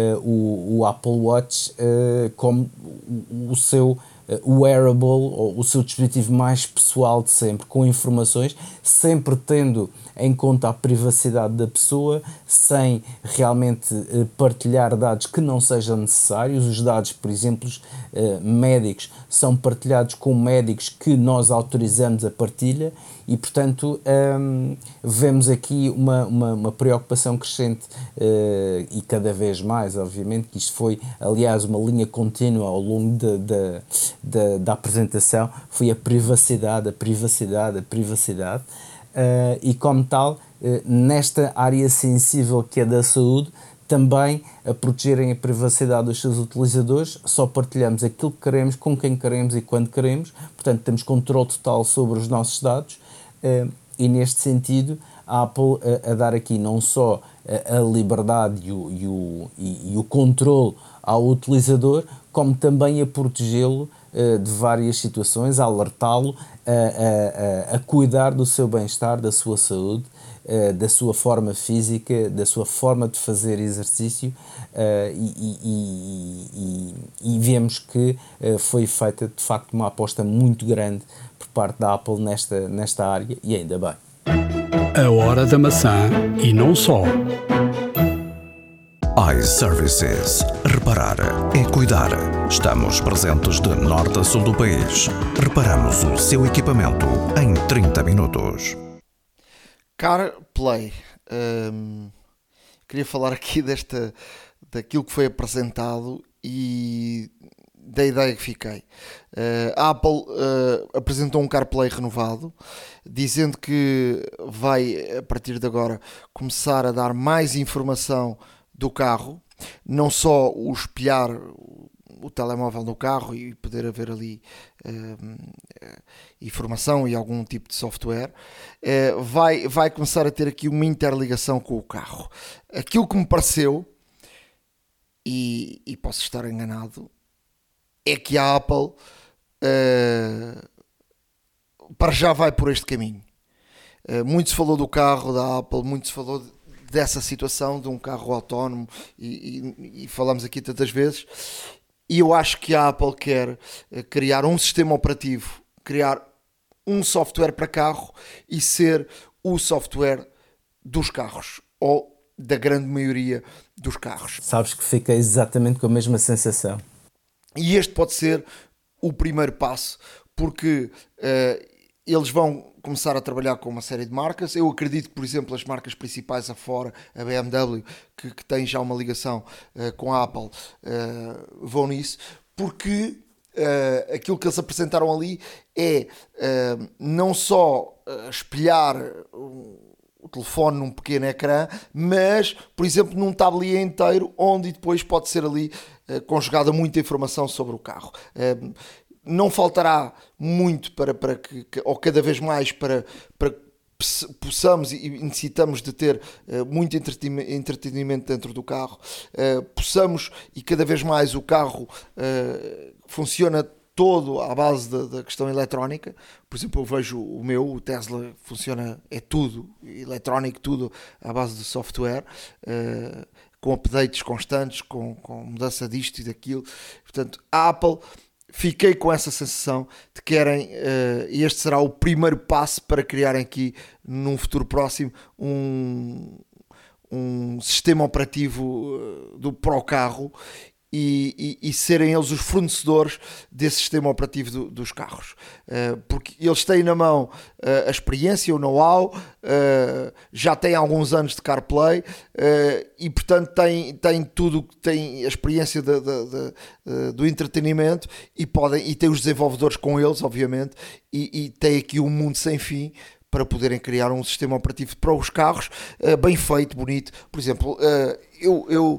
o, o Apple Watch uh, como o, o seu o wearable, ou o seu dispositivo mais pessoal de sempre, com informações, sempre tendo em conta a privacidade da pessoa, sem realmente partilhar dados que não sejam necessários. Os dados, por exemplo, médicos, são partilhados com médicos que nós autorizamos a partilha e, portanto, um, vemos aqui uma, uma, uma preocupação crescente uh, e cada vez mais, obviamente, que isto foi, aliás, uma linha contínua ao longo de, de, de, da apresentação, foi a privacidade, a privacidade, a privacidade. Uh, e como tal, uh, nesta área sensível que é da saúde, também a protegerem a privacidade dos seus utilizadores, só partilhamos aquilo que queremos, com quem queremos e quando queremos, portanto temos controle total sobre os nossos dados, uh, e neste sentido a Apple a, a dar aqui não só a, a liberdade e o, e, o, e, e o controle ao utilizador, como também a protegê-lo uh, de várias situações, a alertá-lo, a, a, a cuidar do seu bem-estar, da sua saúde, uh, da sua forma física, da sua forma de fazer exercício, uh, e, e, e, e vemos que uh, foi feita de facto uma aposta muito grande por parte da Apple nesta, nesta área, e ainda bem. A hora da maçã e não só. iServices. Reparar é cuidar. Estamos presentes de norte a sul do país. Reparamos o seu equipamento em trinta minutos. CarPlay. Hum, queria falar aqui desta, daquilo que foi apresentado e da ideia que fiquei. Uh, a Apple uh, apresentou um CarPlay renovado, dizendo que vai, a partir de agora, começar a dar mais informação do carro, não só o espiar o telemóvel no carro e poder haver ali uh, informação e algum tipo de software, uh, vai, vai começar a ter aqui uma interligação com o carro. Aquilo que me pareceu, e, e posso estar enganado, é que a Apple uh, para já vai por este caminho. Uh, muito se falou do carro da Apple, muito se falou de, dessa situação de um carro autónomo e, e, e falamos aqui tantas vezes, e eu acho que a Apple quer uh, criar um sistema operativo, criar um software para carro e ser o software dos carros, ou da grande maioria dos carros. Sabes que fica exatamente com a mesma sensação. E este pode ser o primeiro passo, porque uh, eles vão começar a trabalhar com uma série de marcas. Eu acredito que, por exemplo, as marcas principais afora, a B M W, que, que tem já uma ligação uh, com a Apple, uh, vão nisso, porque uh, aquilo que eles apresentaram ali é uh, não só uh, espelhar um, o telefone num pequeno ecrã, mas, por exemplo, num tablier inteiro, onde depois pode ser ali uh, conjugada muita informação sobre o carro. Uh, não faltará muito para, para que, ou cada vez mais, para, para que possamos e necessitamos de ter uh, muito entretenimento dentro do carro, uh, possamos, e cada vez mais o carro uh, funciona todo à base da, da questão eletrónica. Por exemplo, eu vejo o meu, o Tesla, funciona, é tudo eletrónico, tudo à base de software, uh, com updates constantes, com, com mudança disto e daquilo. Portanto, a Apple, fiquei com essa sensação de que querem, uh, este será o primeiro passo para criarem aqui, num futuro próximo, um, um sistema operativo uh, do, para o carro, e, e, e serem eles os fornecedores desse sistema operativo do, dos carros, uh, porque eles têm na mão uh, a experiência, o know-how, uh, já têm alguns anos de CarPlay, uh, e portanto têm, têm tudo, têm a experiência de, de, de, uh, do entretenimento, e, podem, e têm os desenvolvedores com eles, obviamente, e, e têm aqui um mundo sem fim para poderem criar um sistema operativo para os carros, uh, bem feito, bonito. Por exemplo, uh, eu, eu,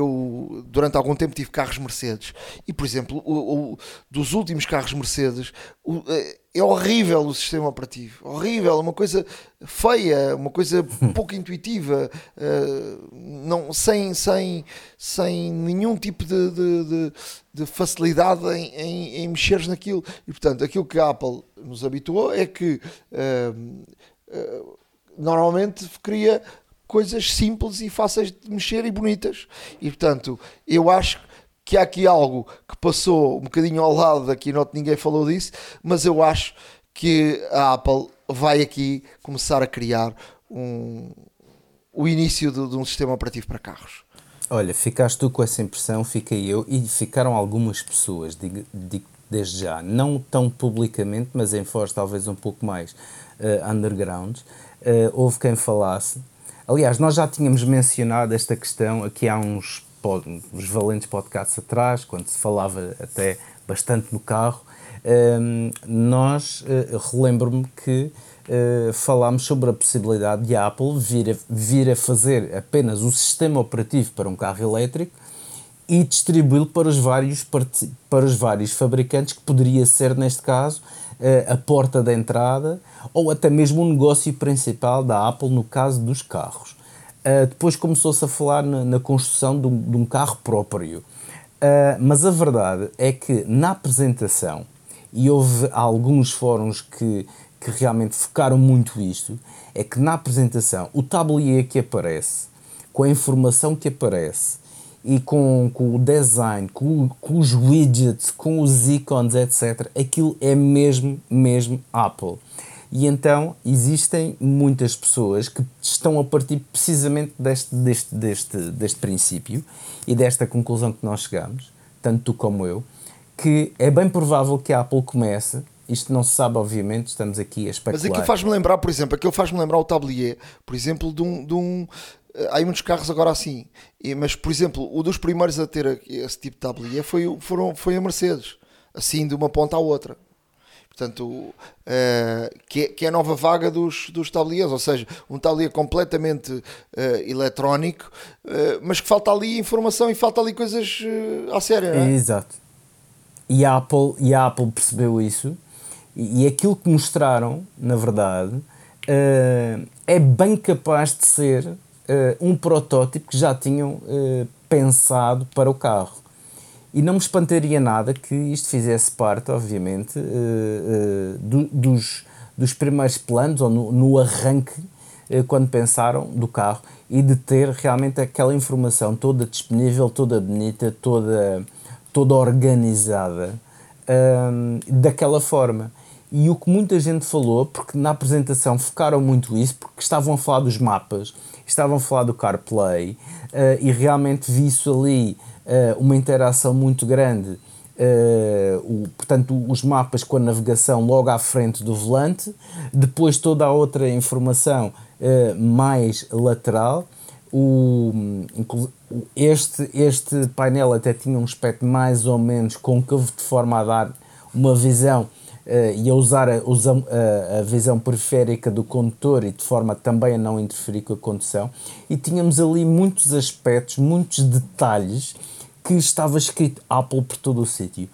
eu durante algum tempo tive carros Mercedes, e por exemplo, o, o, dos últimos carros Mercedes, o, uh, é horrível o sistema operativo, horrível, uma coisa feia, uma coisa pouco intuitiva, uh, não, sem, sem, sem nenhum tipo de, de, de, de facilidade em, em, em mexeres naquilo. E portanto, aquilo que a Apple nos habituou é que uh, uh, normalmente cria coisas simples e fáceis de mexer e bonitas, e portanto eu acho que há aqui algo que passou um bocadinho ao lado da keynote, ninguém falou disso, mas eu acho que a Apple vai aqui começar a criar um, o início de, de um sistema operativo para carros. Olha, ficaste tu com essa impressão, fiquei eu, e ficaram algumas pessoas, digo, digo desde já, não tão publicamente, mas em fora talvez um pouco mais uh, underground, uh, houve quem falasse. Aliás, nós já tínhamos mencionado esta questão aqui há uns, uns valentes podcasts atrás, quando se falava até bastante no carro. Um, nós, uh, relembro-me que uh, falámos sobre a possibilidade de a Apple vir a, vir a fazer apenas o sistema operativo para um carro elétrico e distribuí-lo para os vários, para os vários fabricantes, que poderia ser, neste caso, a porta de entrada, ou até mesmo o negócio principal da Apple no caso dos carros. Uh, depois começou-se a falar na, na construção de um, de um carro próprio. Uh, mas a verdade é que na apresentação, e houve alguns fóruns que, que realmente focaram muito isto, é que na apresentação o tablier que aparece, com a informação que aparece, e com, com o design, com, com os widgets, com os ícones, etcétera, aquilo é mesmo, mesmo Apple. E então existem muitas pessoas que estão a partir precisamente deste, deste, deste, deste princípio e desta conclusão que nós chegamos, tanto tu como eu, que é bem provável que a Apple comece, isto não se sabe obviamente, estamos aqui a especular. Mas aquilo faz-me lembrar, por exemplo, aquilo faz-me lembrar o tablier, por exemplo, de um... De um... Há muitos carros agora assim, mas por exemplo, um dos primeiros a ter esse tipo de tablier foi, foram, foi a Mercedes, assim de uma ponta à outra. Portanto, uh, que, é, que é a nova vaga dos, dos tabliers, ou seja, um tablier completamente uh, eletrónico, uh, mas que falta ali informação e falta ali coisas uh, à séria, não é? Exato, e, a Apple, e a Apple percebeu isso, e, e aquilo que mostraram, na verdade, uh, é bem capaz de ser uh, um protótipo que já tinham uh, pensado para o carro. E não me espantaria nada que isto fizesse parte, obviamente, uh, uh, do, dos, dos primeiros planos, ou no, no arranque, uh, quando pensaram do carro, e de ter realmente aquela informação toda disponível, toda bonita, toda, toda organizada, um, daquela forma. E o que muita gente falou, porque na apresentação focaram muito isso, porque estavam a falar dos mapas, estavam a falar do CarPlay, uh, e realmente vi isso ali, uh, uma interação muito grande, uh, o, portanto os mapas com a navegação logo à frente do volante, depois toda a outra informação uh, mais lateral. O, este, este painel até tinha um aspecto mais ou menos côncavo, de forma a dar uma visão Uh, e a usar a, a, a visão periférica do condutor, e de forma também a não interferir com a condução, e tínhamos ali muitos aspectos, muitos detalhes, que estava escrito Apple por todo o sítio,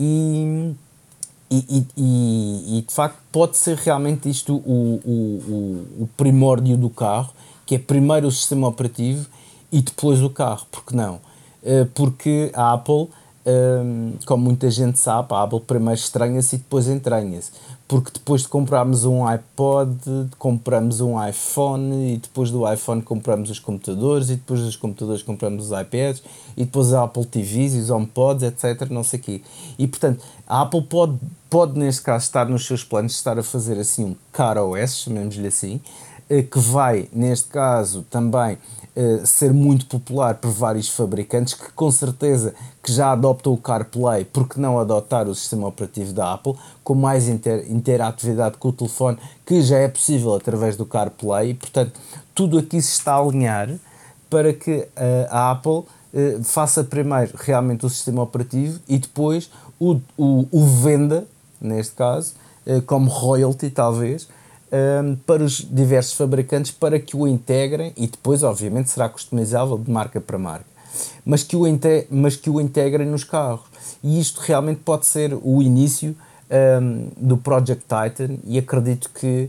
e, e, e, e de facto pode ser realmente isto o, o, o, o primórdio do carro, que é primeiro o sistema operativo e depois o carro. Porque não? Uh, porque a Apple, Um, como muita gente sabe, a Apple primeiro estranha-se e depois entranha-se, porque depois de comprarmos um iPod, compramos um iPhone, e depois do iPhone compramos os computadores, e depois dos computadores compramos os iPads, e depois a Apple T Vs e os HomePods, etc, não sei o quê. E portanto, a Apple pode, pode neste caso estar nos seus planos de estar a fazer assim um CarOS, chamemos-lhe assim, que vai neste caso também Uh, ser muito popular por vários fabricantes, que com certeza que já adoptam o CarPlay, porque não adotar o sistema operativo da Apple, com mais inter- interatividade com o telefone, que já é possível através do CarPlay, e portanto tudo aqui se está a alinhar para que uh, a Apple uh, faça primeiro realmente o sistema operativo e depois o, o, o venda, neste caso, uh, como royalty talvez, Um, para os diversos fabricantes, para que o integrem, e depois obviamente será customizável de marca para marca, mas que o, inte- mas que o integrem nos carros. E isto realmente pode ser o início um, do Project Titan, e acredito que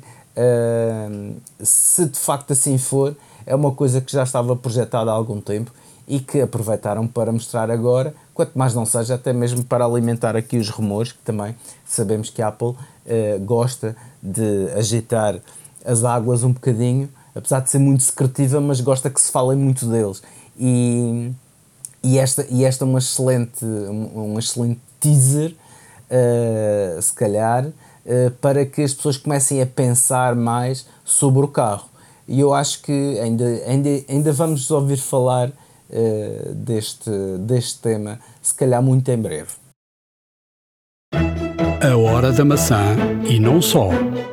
um, se de facto assim for, é uma coisa que já estava projetada há algum tempo e que aproveitaram para mostrar agora, quanto mais não seja até mesmo para alimentar aqui os rumores, que também sabemos que a Apple uh, gosta de agitar as águas um bocadinho, apesar de ser muito secretiva, mas gosta que se falem muito deles. E, e, esta, e esta é uma excelente, um, um excelente teaser, uh, se calhar, uh, para que as pessoas comecem a pensar mais sobre o carro. E eu acho que ainda, ainda, ainda vamos ouvir falar uh, deste, deste tema, se calhar muito em breve. A hora da maçã e não só.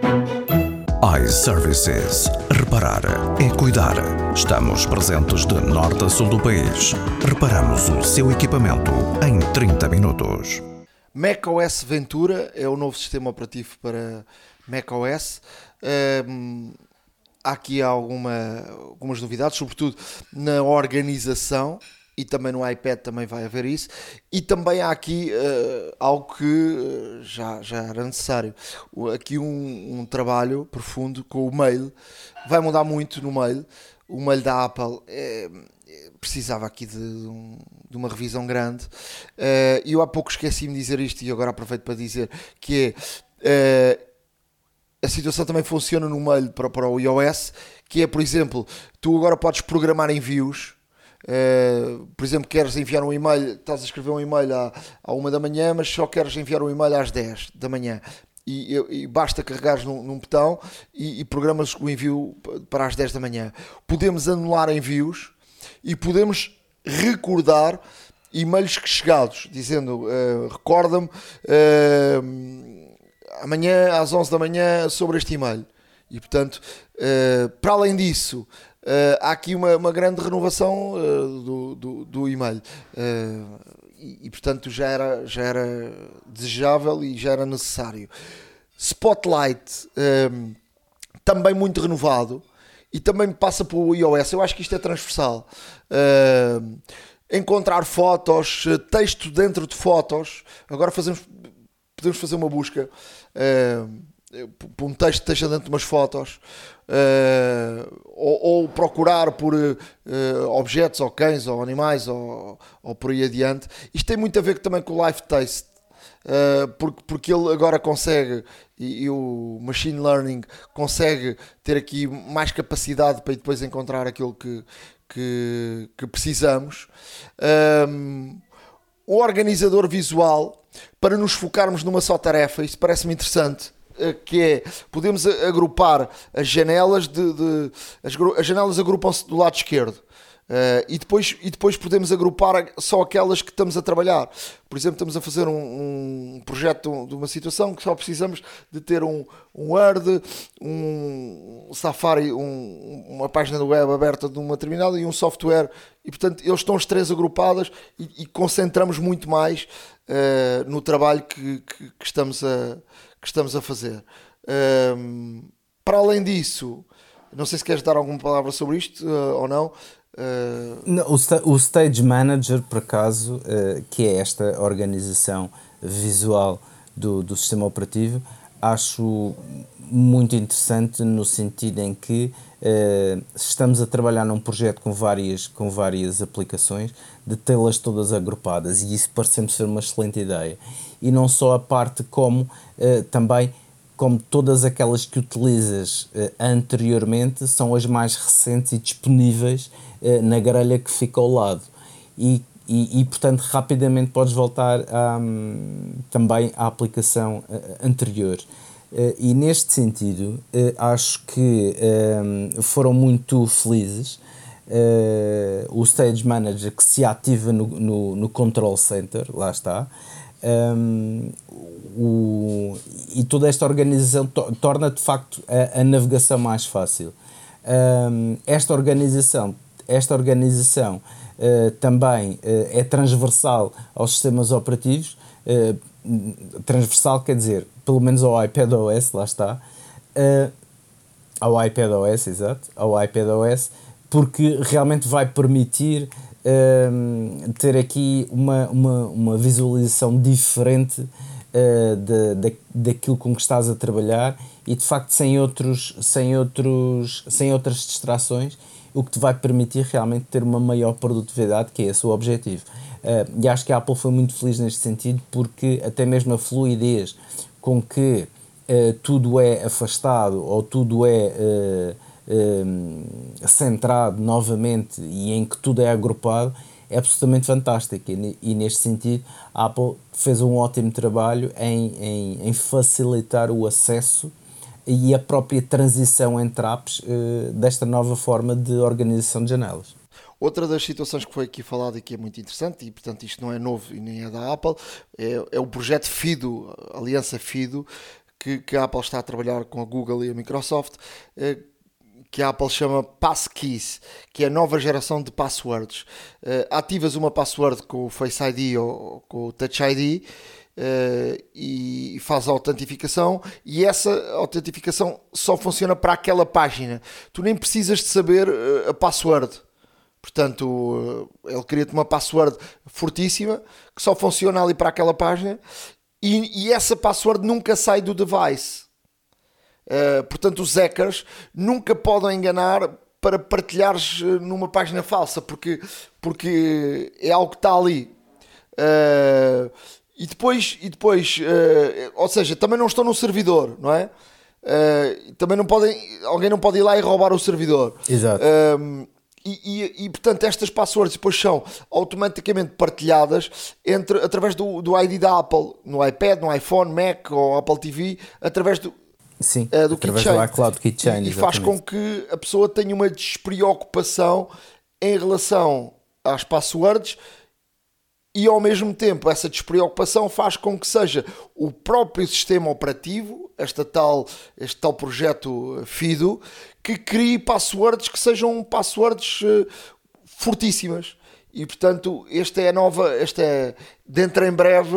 iServices. Reparar é cuidar. Estamos presentes de norte a sul do país. Reparamos o seu equipamento em trinta minutos. macOS Ventura é o novo sistema operativo para macOS. Um, há aqui alguma, algumas novidades, sobretudo na organização, e também no iPad também vai haver isso, e também há aqui uh, algo que uh, já, já era necessário, aqui um, um trabalho profundo com o mail. Vai mudar muito no mail. O mail da Apple é, precisava aqui de, um, de uma revisão grande, e uh, eu há pouco esqueci-me de dizer isto, e agora aproveito para dizer que é uh, a situação também funciona no mail para, para o iOS, que é, por exemplo, tu agora podes programar envios. Uh, por exemplo, queres enviar um e-mail, estás a escrever um e-mail à, à uma da manhã, mas só queres enviar um e-mail às dez da manhã, e, e, e basta carregares num, num botão e, e programas o envio para as dez da manhã. Podemos anular envios e podemos recordar e-mails chegados, dizendo uh, recorda-me uh, amanhã às onze da manhã sobre este e-mail. E portanto, uh, para além disso, Uh, há aqui uma, uma grande renovação uh, do, do, do e-mail, uh, e, e portanto já era, já era desejável e já era necessário. Spotlight um, também muito renovado, e também passa para o iOS. Eu acho que isto é transversal. Uh, encontrar fotos, texto dentro de fotos. Agora fazemos, podemos fazer uma busca uh, por um texto que esteja dentro de umas fotos, uh, ou, ou procurar por uh, objetos, ou cães, ou animais, ou, ou por aí adiante. Isto tem muito a ver também com o Live Taste, uh, porque, porque ele agora consegue, e, e o Machine Learning consegue ter aqui mais capacidade para depois encontrar aquilo que, que, que precisamos. Um, o organizador visual, para nos focarmos numa só tarefa, isso parece-me interessante, que é, podemos agrupar as janelas, de, de as, as janelas agrupam-se do lado esquerdo, uh, e, depois, e depois podemos agrupar só aquelas que estamos a trabalhar. Por exemplo, estamos a fazer um, um projeto de uma situação que só precisamos de ter um, um Word, um Safari, um, uma página web aberta de uma determinada e um software, e portanto eles estão as três agrupadas, e, e concentramos muito mais uh, no trabalho que, que, que estamos a que estamos a fazer. Um, para além disso, não sei se queres dar alguma palavra sobre isto uh, ou não. Uh... não o, sta- o Stage Manager, por acaso, uh, que é esta organização visual do, do sistema operativo, acho muito interessante no sentido em que uh, estamos a trabalhar num projeto com várias, com várias aplicações, de tê-las todas agrupadas, e isso parece-me ser uma excelente ideia. E não só a parte como uh, também como todas aquelas que utilizas uh, anteriormente são as mais recentes e disponíveis uh, na grelha que fica ao lado, e, e, e portanto rapidamente podes voltar a, um, também à aplicação uh, anterior. Uh, e neste sentido uh, acho que um, foram muito felizes. Uh, o Stage Manager, que se ativa no, no, no Control Center, lá está. Um, o, e toda esta organização to, torna de facto a, a navegação mais fácil. Um, esta organização, esta organização uh, também uh, é transversal aos sistemas operativos. Uh, transversal quer dizer, pelo menos ao iPadOS, lá está, uh, ao iPadOS, exato, ao iPadOS, porque realmente vai permitir Uh, ter aqui uma, uma, uma visualização diferente uh, de, de, daquilo com que estás a trabalhar, e de facto sem, outros, sem, outros, sem outras distrações, o que te vai permitir realmente ter uma maior produtividade, que é esse o objetivo. Uh, e acho que a Apple foi muito feliz neste sentido, porque até mesmo a fluidez com que uh, tudo é afastado, ou tudo é uh, Um, centrado novamente, e em que tudo é agrupado, é absolutamente fantástico, e, e neste sentido a Apple fez um ótimo trabalho em, em, em facilitar o acesso e a própria transição entre apps uh, desta nova forma de organização de janelas. Outra das situações que foi aqui falada e que é muito interessante, e portanto isto não é novo e nem é da Apple, é, é o projeto FIDO, a aliança FIDO, que, que a Apple está a trabalhar com a Google e a Microsoft, é, que a Apple chama Passkeys, que é a nova geração de passwords. Uh, ativas uma password com o Face I D ou com o Touch I D uh, e faz a autentificação, e essa autentificação só funciona para aquela página. Tu nem precisas de saber uh, a password. Portanto, uh, ele cria-te uma password fortíssima que só funciona ali para aquela página, e, e essa password nunca sai do device. Uh, portanto, os hackers nunca podem enganar para partilhares numa página falsa, porque, porque é algo que está ali. Uh, e depois, e depois uh, ou seja, também não estão no servidor, não é? Uh, também não podem, alguém não pode ir lá e roubar o servidor. Exato. Uh, e, e, e portanto estas passwords depois são automaticamente partilhadas entre, através do, do I D da Apple, no iPad, no iPhone, Mac ou Apple T V, através do Sim, uh, do através Keychain. do iCloud Keychain, e, e faz com que a pessoa tenha uma despreocupação em relação às passwords, e ao mesmo tempo essa despreocupação faz com que seja o próprio sistema operativo, esta tal, este tal projeto FIDO, que crie passwords que sejam passwords uh, fortíssimas. E portanto esta é a nova, esta é, dentro em breve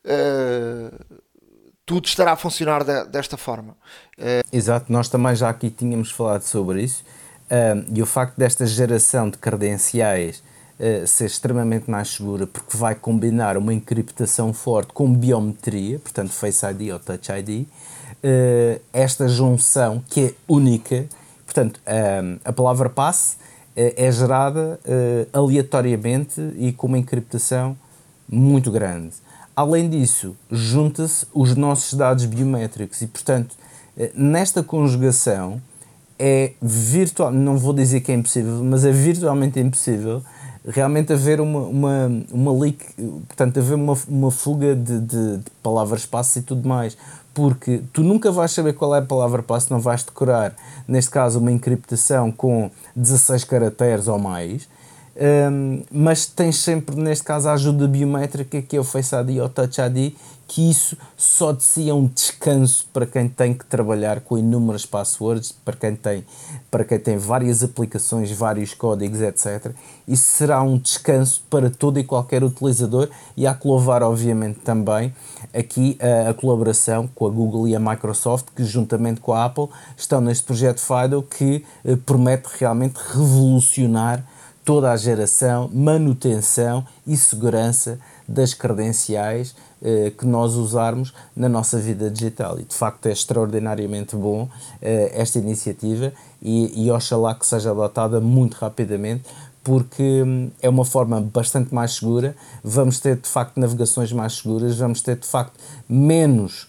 uh, tudo estará a funcionar de, desta forma. Uh... Exato, nós também já aqui tínhamos falado sobre isso, uh, e o facto desta geração de credenciais uh, ser extremamente mais segura, porque vai combinar uma encriptação forte com biometria, portanto Face I D ou Touch I D, uh, esta junção que é única, portanto um, a palavra passe uh, é gerada uh, aleatoriamente e com uma encriptação muito grande. Além disso, junta-se os nossos dados biométricos e, portanto, uh, nesta conjugação é virtual, não vou dizer que é impossível, mas é virtualmente impossível realmente haver uma, uma, uma leak, portanto, haver uma, uma fuga de, de, de palavras-passe e tudo mais, porque tu nunca vais saber qual é a palavra-passe, não vais decorar, neste caso, uma encriptação com dezasseis caracteres ou mais, um, mas tens sempre, neste caso, a ajuda biométrica, que é o Face I D ou Touch I D, que isso só de si é um descanso para quem tem que trabalhar com inúmeras passwords, para quem tem, para quem tem várias aplicações, vários códigos, etcétera. Isso será um descanso para todo e qualquer utilizador, e há que louvar, obviamente, também aqui a, a colaboração com a Google e a Microsoft, que juntamente com a Apple estão neste projeto FIDO, que eh, promete realmente revolucionar toda a geração, manutenção e segurança das credenciais eh, que nós usarmos na nossa vida digital. E de facto é extraordinariamente bom eh, esta iniciativa, e, e oxalá que seja adotada muito rapidamente, porque hum, é uma forma bastante mais segura. Vamos ter de facto navegações mais seguras, vamos ter de facto menos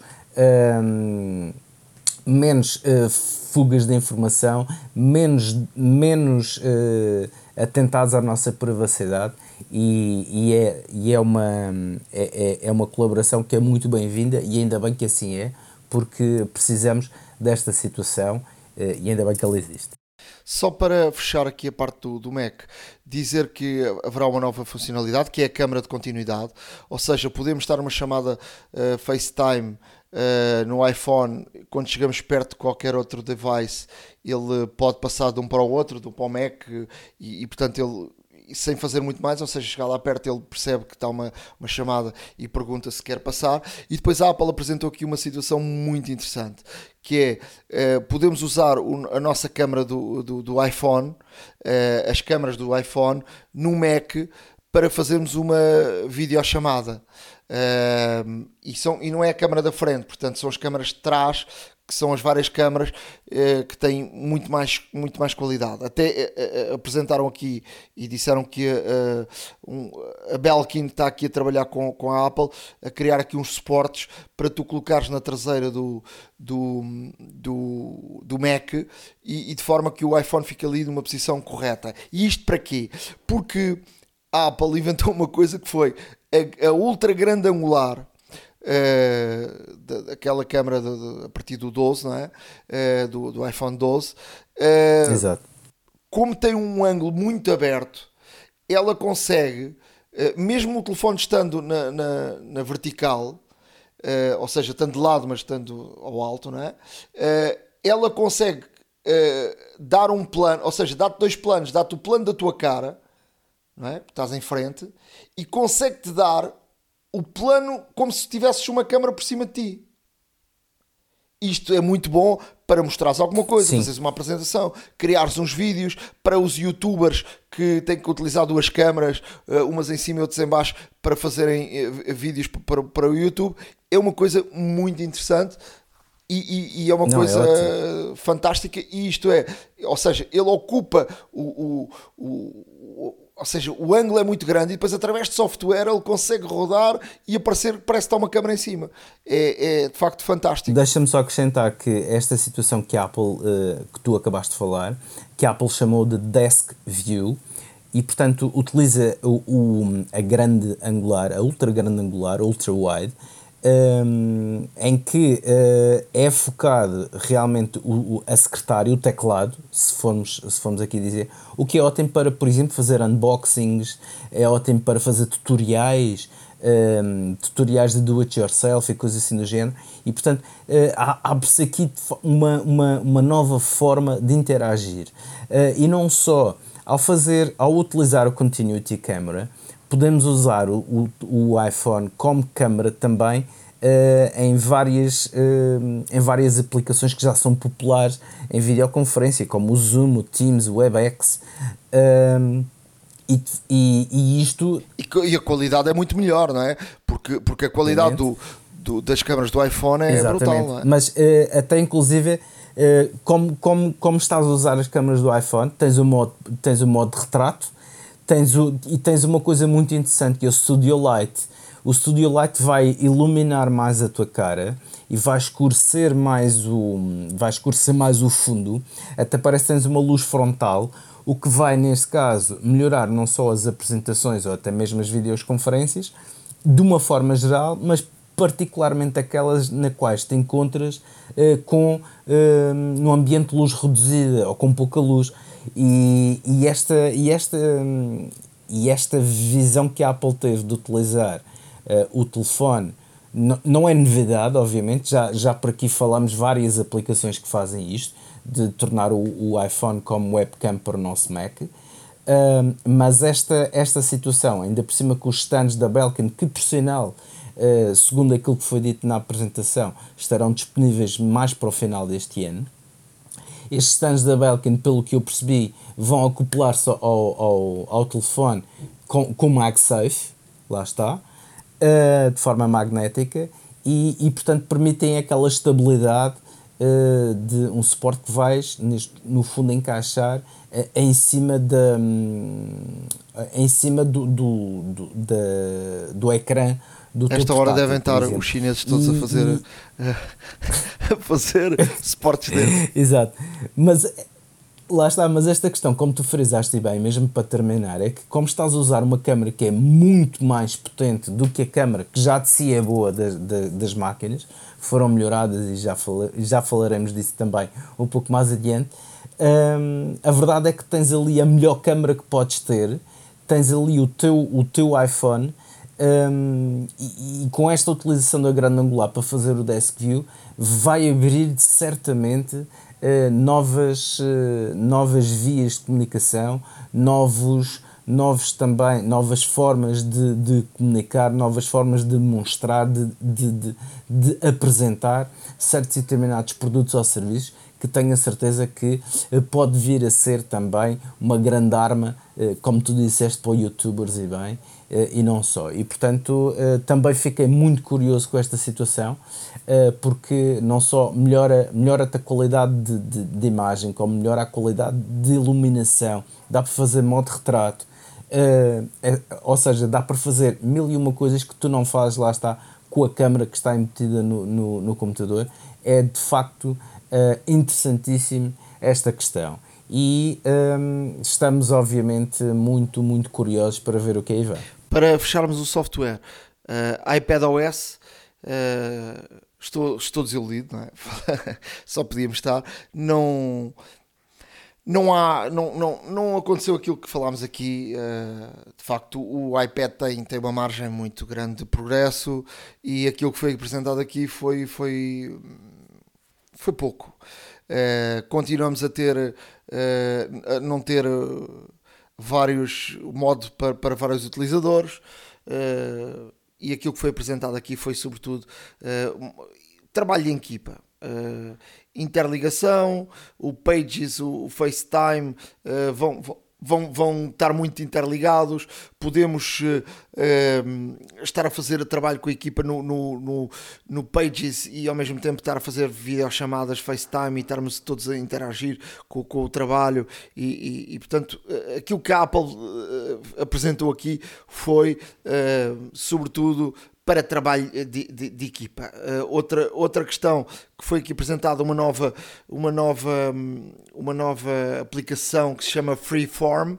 hum, menos uh, fugas de informação, menos, menos uh, atentados à nossa privacidade, e, e, é, e é, uma, é, é uma colaboração que é muito bem-vinda, e ainda bem que assim é, porque precisamos desta situação, uh, e ainda bem que ela existe. Só para fechar aqui a parte do, do Mac, dizer que haverá uma nova funcionalidade, que é a câmara de continuidade, ou seja, podemos estar uma chamada uh, FaceTime uh, no iPhone, quando chegamos perto de qualquer outro device, ele pode passar de um para o outro, de um para o Mac, e, e portanto ele, sem fazer muito mais, ou seja, chegar lá perto ele percebe que está uma, uma chamada e pergunta se quer passar. E depois a Apple apresentou aqui uma situação muito interessante, que é, uh, podemos usar o, a nossa câmara do, do, do iPhone, uh, as câmaras do iPhone, no Mac, para fazermos uma videochamada. Uh, e, são, e não é a câmara da frente, portanto são as câmaras de trás, que são as várias câmaras uh, que têm muito mais, muito mais qualidade. Até uh, uh, apresentaram aqui e disseram que uh, um, a Belkin está aqui a trabalhar com, com a Apple, a criar aqui uns suportes para tu colocares na traseira do, do, do, do Mac, e, e de forma que o iPhone fique ali numa posição correta. E isto para quê? Porque a Apple inventou uma coisa que foi a, a ultra grande angular, uh, da, daquela câmera de, de, a partir do doze, não é? Uh, do, do iPhone doze. Uh, Exato. Como tem um ângulo muito aberto, ela consegue, uh, mesmo o telefone estando na, na, na vertical, uh, ou seja, estando de lado, mas estando ao alto, não é? Uh, ela consegue uh, dar um plano, ou seja, dá-te dois planos, dá-te o plano da tua cara, não é? Estás em frente, e consegue-te dar o plano como se tivesses uma câmara por cima de ti. Isto é muito bom para mostrares alguma coisa, Sim. fazeres uma apresentação, criares uns vídeos para os youtubers que têm que utilizar duas câmaras, umas em cima e outras em baixo, para fazerem vídeos para, para o YouTube. É uma coisa muito interessante. E, e, e é uma Não, coisa é fantástica, e isto é, ou seja, ele ocupa o, o, o, o, ou seja, o ângulo é muito grande, e depois através de software ele consegue rodar e aparecer, parece que está uma câmera em cima. É, é de facto fantástico. Deixa-me só acrescentar que esta situação que a Apple, uh, que tu acabaste de falar, que a Apple chamou de Desk View, e portanto utiliza o, o, a grande angular, a ultra grande angular, ultra wide, Um, em que uh, é focado realmente o, o, a secretária, o teclado, se formos, se formos aqui dizer, o que é ótimo para, por exemplo, fazer unboxings, é ótimo para fazer tutoriais, um, tutoriais de do-it-yourself e coisas assim do género, e portanto uh, abre-se aqui uma, uma, uma nova forma de interagir, uh, e não só ao fazer, ao utilizar o Continuity Camera, podemos usar o, o, o iPhone como câmera também uh, em, várias, uh, em várias aplicações que já são populares em videoconferência, como o Zoom, o Teams, o WebEx. Uh, e, e, e isto... E, e a qualidade é muito melhor, não é? Porque, porque a qualidade do, do, das câmaras do iPhone é Exatamente. brutal, não é? Mas uh, até inclusive, uh, como, como, como estás a usar as câmaras do iPhone, tens o modo, tens o modo de retrato, tens o, e tens uma coisa muito interessante que é o Studio Light. O Studio Light vai iluminar mais a tua cara e vai escurecer mais o, vai escurecer mais o fundo, até parece que tens uma luz frontal, o que vai, neste caso, melhorar não só as apresentações ou até mesmo as videoconferências, de uma forma geral, mas particularmente aquelas na quais te encontras eh, com, eh, num ambiente de luz reduzida ou com pouca luz. E, e, esta, e, esta, e esta visão que a Apple teve de utilizar uh, o telefone n- não é novidade, obviamente, já, já por aqui falamos várias aplicações que fazem isto, de tornar o, o iPhone como webcam para o nosso Mac, uh, mas esta, esta situação, ainda por cima com os stands da Belkin, que por sinal, uh, segundo aquilo que foi dito na apresentação, estarão disponíveis mais para o final deste ano. Estes stands da Belkin, pelo que eu percebi, vão acoplar-se ao, ao, ao telefone com, com MagSafe, lá está, uh, de forma magnética, e, e portanto permitem aquela estabilidade uh, de um suporte que vais, neste, no fundo, encaixar uh, em cima, da, um, em cima do, do, do, da, do ecrã. Esta hora devem estar os chineses todos e, a fazer e... a fazer suportes dele. Exato, mas lá está, mas esta questão, como tu frisaste bem, mesmo para terminar, é que como estás a usar uma câmera que é muito mais potente do que a câmera que já de si é boa das, das, das máquinas, foram melhoradas e já, fala, já falaremos disso também um pouco mais adiante, hum, a verdade é que tens ali a melhor câmera que podes ter, tens ali o teu, o teu iPhone. Um, e, e com esta utilização da grande angular para fazer o Desk View vai abrir certamente uh, novas, uh, novas vias de comunicação, novos, novos também, novas formas de, de comunicar, novas formas de demonstrar, de, de, de, de apresentar certos e determinados produtos ou serviços que tenho a certeza que uh, pode vir a ser também uma grande arma, uh, como tu disseste, para os youtubers e bem, Uh, e não só. E, portanto, uh, também fiquei muito curioso com esta situação, uh, porque não só melhora, melhora-te a qualidade de, de, de imagem, como melhora a qualidade de iluminação, dá para fazer modo retrato, uh, é, ou seja, dá para fazer mil e uma coisas que tu não fazes, lá está, com a câmera que está embutida no, no, no computador. É, de facto, uh, interessantíssimo esta questão. E um, estamos, obviamente, muito, muito curiosos para ver o que aí vem. Para fecharmos o software, uh, iPadOS, uh, estou, estou desiludido, não é? Só podíamos estar. Não, não, há, não, não, não aconteceu aquilo que falámos aqui. Uh, de facto, o iPad tem, tem uma margem muito grande de progresso e aquilo que foi apresentado aqui foi, foi, foi pouco. Uh, continuamos a ter, uh, a não ter... Uh, vários modos para, para vários utilizadores uh, e aquilo que foi apresentado aqui foi sobretudo uh, um, trabalho em equipa, uh, interligação, o Pages, o, o FaceTime uh, vão, vão, vão estar muito interligados, podemos uh, uh, estar a fazer trabalho com a equipa no, no, no, no Pages e ao mesmo tempo estar a fazer videochamadas FaceTime e estarmos todos a interagir com, com o trabalho e, e, e portanto aquilo que a Apple uh, apresentou aqui foi uh, sobretudo para trabalho de, de, de equipa. Uh, outra, outra questão que foi aqui apresentada, uma nova, uma, nova, uma nova aplicação que se chama Freeform,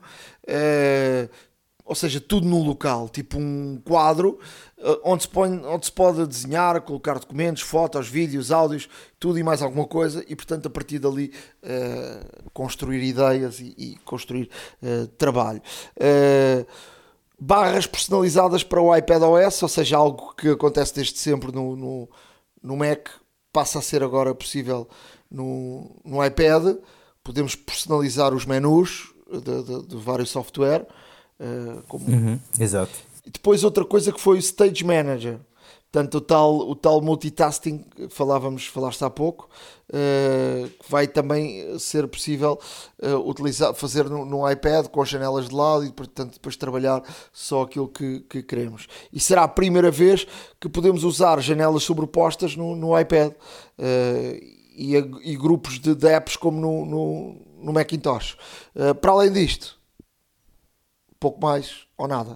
uh, ou seja, tudo num local, tipo um quadro, uh, onde, se põe, onde se pode desenhar, colocar documentos, fotos, vídeos, áudios, tudo e mais alguma coisa, e portanto a partir dali uh, construir ideias e, e construir uh, trabalho. Uh, barras personalizadas para o iPadOS, ou seja, algo que acontece desde sempre no, no, no Mac, passa a ser agora possível no, no iPad. Podemos personalizar os menus de, de, de vários software. Uh, como... uhum, exato. E depois outra coisa que foi o Stage Manager. Portanto, o tal, o tal multitasking, falávamos, falaste há pouco, uh, vai também ser possível uh, utilizar, fazer no, no iPad com as janelas de lado e, portanto, depois trabalhar só aquilo que, que queremos. E será a primeira vez que podemos usar janelas sobrepostas no, no iPad uh, e, e grupos de, de apps como no, no, no Macintosh. Uh, para além disto, pouco mais ou nada.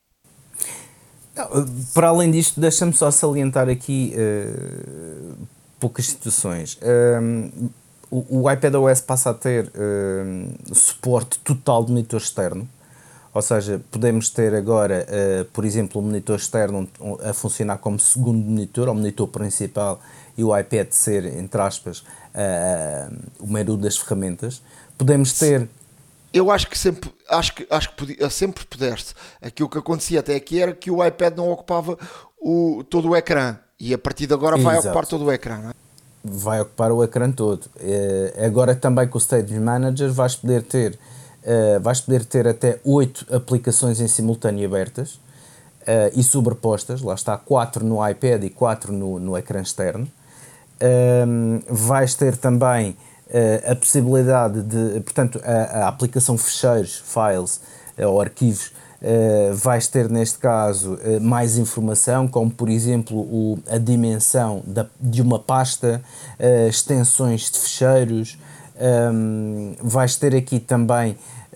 Para além disto, deixa-me só salientar aqui uh, poucas situações. Um, o, o iPadOS passa a ter uh, suporte total de monitor externo, ou seja, podemos ter agora, uh, por exemplo, um monitor externo a funcionar como segundo monitor, ou monitor principal, e o iPad ser, entre aspas, uh, o menu das ferramentas. Podemos ter... Eu acho que sempre, acho que, acho que podia, sempre pudeste. Aquilo que acontecia até aqui era que o iPad não ocupava o, todo o ecrã. E a partir de agora vai Exato. ocupar todo o ecrã, não é? Vai ocupar o ecrã todo. Uh, agora também com o Stage Manager vais poder ter, uh, vais poder ter até oito aplicações em simultâneo abertas uh, e sobrepostas. Lá está, quatro no iPad e quatro no, no ecrã externo. Uh, vais ter também Uh, a possibilidade de, portanto, a, a aplicação ficheiros, files uh, ou arquivos, uh, vais ter neste caso uh, mais informação, como por exemplo o, a dimensão da, de uma pasta, uh, extensões de ficheiros, um, vais ter aqui também,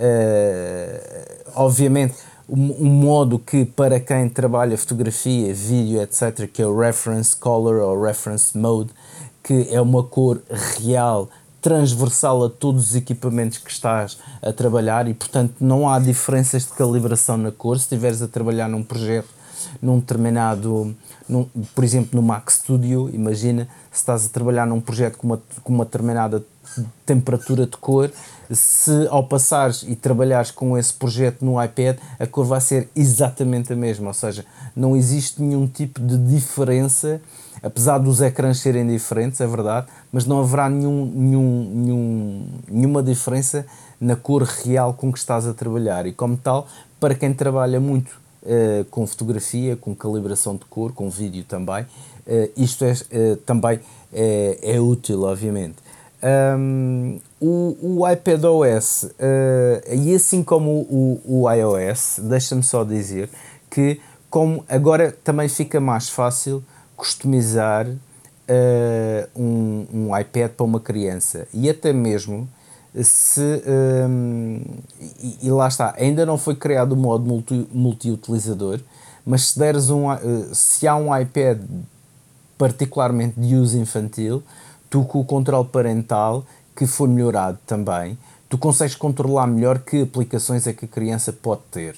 uh, obviamente, um, um modo que para quem trabalha fotografia, vídeo, etcétera, que é o Reference Color ou Reference Mode, que é uma cor real, transversal a todos os equipamentos que estás a trabalhar e, portanto, não há diferenças de calibração na cor. Se estiveres a trabalhar num projeto, num determinado, num, por exemplo, no Mac Studio, imagina, se estás a trabalhar num projeto com uma, com uma determinada temperatura de cor, se ao passares e trabalhares com esse projeto no iPad, a cor vai ser exatamente a mesma, ou seja, não existe nenhum tipo de diferença, apesar dos ecrãs serem diferentes, é verdade, mas não haverá nenhum, nenhum, nenhum, nenhuma diferença na cor real com que estás a trabalhar. E como tal, para quem trabalha muito uh, com fotografia, com calibração de cor, com vídeo também, uh, isto é, uh, também é, é útil, obviamente. Um, o, o iPadOS, uh, e assim como o, o iOS, deixa-me só dizer que como agora também fica mais fácil customizar uh, um, um iPad para uma criança e até mesmo se um, e, e lá está, ainda não foi criado o modo multi, multi-utilizador, mas se deres um, uh, se há um iPad particularmente de uso infantil, tu com o controle parental que for melhorado também, tu consegues controlar melhor que aplicações é que a criança pode ter.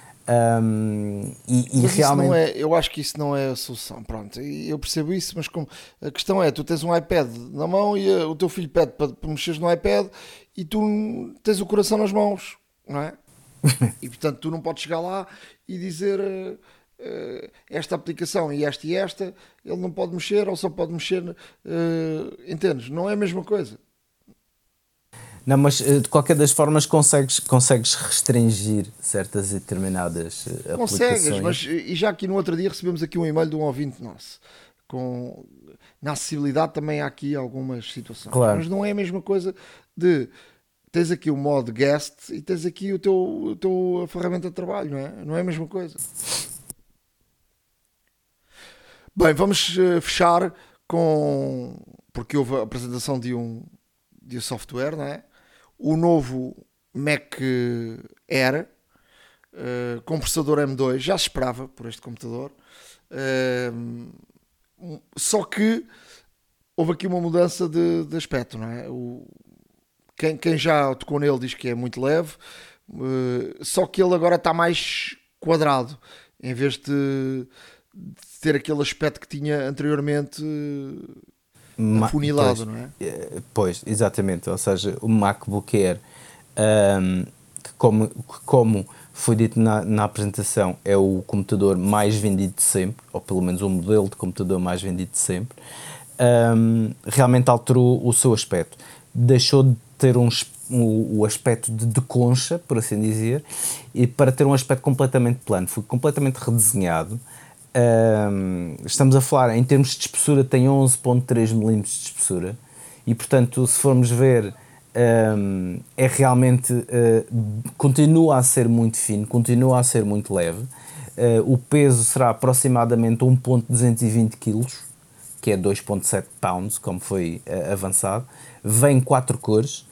Um, e, e mas realmente... isso não é, eu acho que isso não é a solução, pronto, eu percebo isso, mas como a questão é, tu tens um iPad na mão e a, o teu filho pede para, para mexeres no iPad e tu tens o coração nas mãos, não é? E portanto tu não podes chegar lá e dizer uh, uh, esta aplicação e esta e esta ele não pode mexer ou só pode mexer, uh, entendes? Não é a mesma coisa. Não, mas de qualquer das formas consegues, consegues restringir certas e determinadas Consegues, aplicações. Mas e já aqui no outro dia recebemos aqui um e-mail de um ouvinte nosso. Com, na acessibilidade também há aqui algumas situações. Claro. Mas não é a mesma coisa de tens aqui o modo guest e tens aqui o teu, o teu a ferramenta de trabalho, não é? Não é a mesma coisa. Bem, vamos uh, fechar com... Porque houve a apresentação de um, de um software, não é? O novo Mac Air, uh, com processador M dois, já se esperava por este computador, uh, só que houve aqui uma mudança de, de aspecto, não é? O, quem, quem já tocou nele diz que é muito leve, uh, só que ele agora está mais quadrado, em vez de, de ter aquele aspecto que tinha anteriormente... Uh, afunilado, pois, não é? Pois, exatamente, ou seja, o MacBook Air, um, que como, que como foi dito na, na apresentação, é o computador mais vendido de sempre, ou pelo menos o modelo de computador mais vendido de sempre, um, realmente alterou o seu aspecto. Deixou de ter um, um, o aspecto de, de concha, por assim dizer, e para ter um aspecto completamente plano. Foi completamente redesenhado. Um, estamos a falar, em termos de espessura, tem onze vírgula três milímetros de espessura e, portanto, se formos ver, um, é realmente, uh, continua a ser muito fino, continua a ser muito leve. Uh, o peso será aproximadamente um vírgula duzentos e vinte quilos, que é dois vírgula sete pounds, como foi uh, avançado. Vem quatro cores,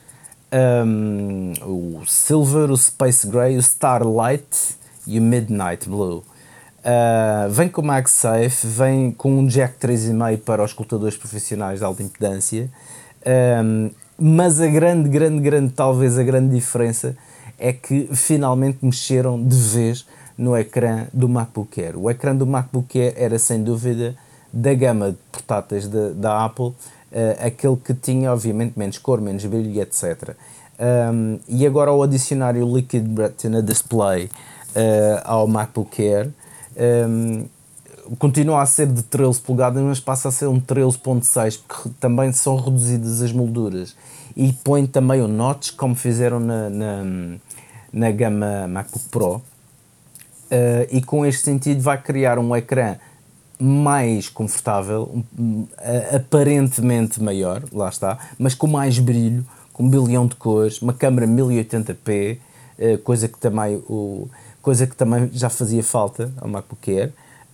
um, o Silver, o Space Gray, o Starlight e o Midnight Blue. Uh, vem com o MagSafe, vem com um jack três vírgula cinco para os escutadores profissionais de alta impedância, um, mas a grande, grande, grande, talvez a grande diferença é que finalmente mexeram de vez no ecrã do MacBook Air. O ecrã do MacBook Air era sem dúvida da gama de portáteis de, da Apple, uh, aquele que tinha obviamente menos cor, menos brilho e etcétera. Um, e agora ao adicionar o Liquid Retina Display uh, ao MacBook Air, Um, continua a ser de treze polegadas, mas passa a ser um treze vírgula seis, porque também são reduzidas as molduras e põe também o notch, como fizeram na, na, na gama MacBook Pro, uh, e com este sentido vai criar um ecrã mais confortável, um, aparentemente maior, lá está, mas com mais brilho, com um bilhão de cores, uma câmera mil e oitenta p, uh, coisa que também o coisa que também já fazia falta ao MacBook Air.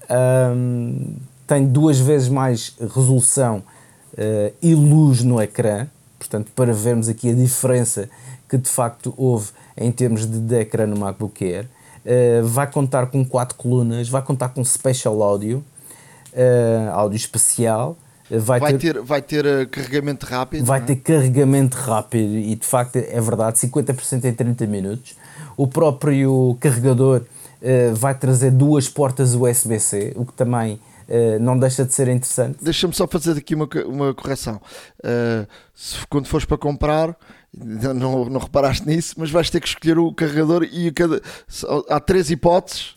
Um, tem duas vezes mais resolução uh, e luz no ecrã, portanto, para vermos aqui a diferença que de facto houve em termos de, de ecrã no MacBook Air. Uh, vai contar com quatro colunas, vai contar com Spatial Audio, uh, áudio espacial. Vai, vai, ter, ter, vai ter uh, carregamento rápido. Vai não é? ter carregamento rápido e de facto é verdade, cinquenta por cento em trinta minutos. O próprio carregador uh, vai trazer duas portas U S B C, o que também uh, não deixa de ser interessante. Deixa-me só fazer aqui uma, uma correção. Uh, se, quando fores para comprar, não, não reparaste nisso, mas vais ter que escolher o carregador e cada, há três hipóteses.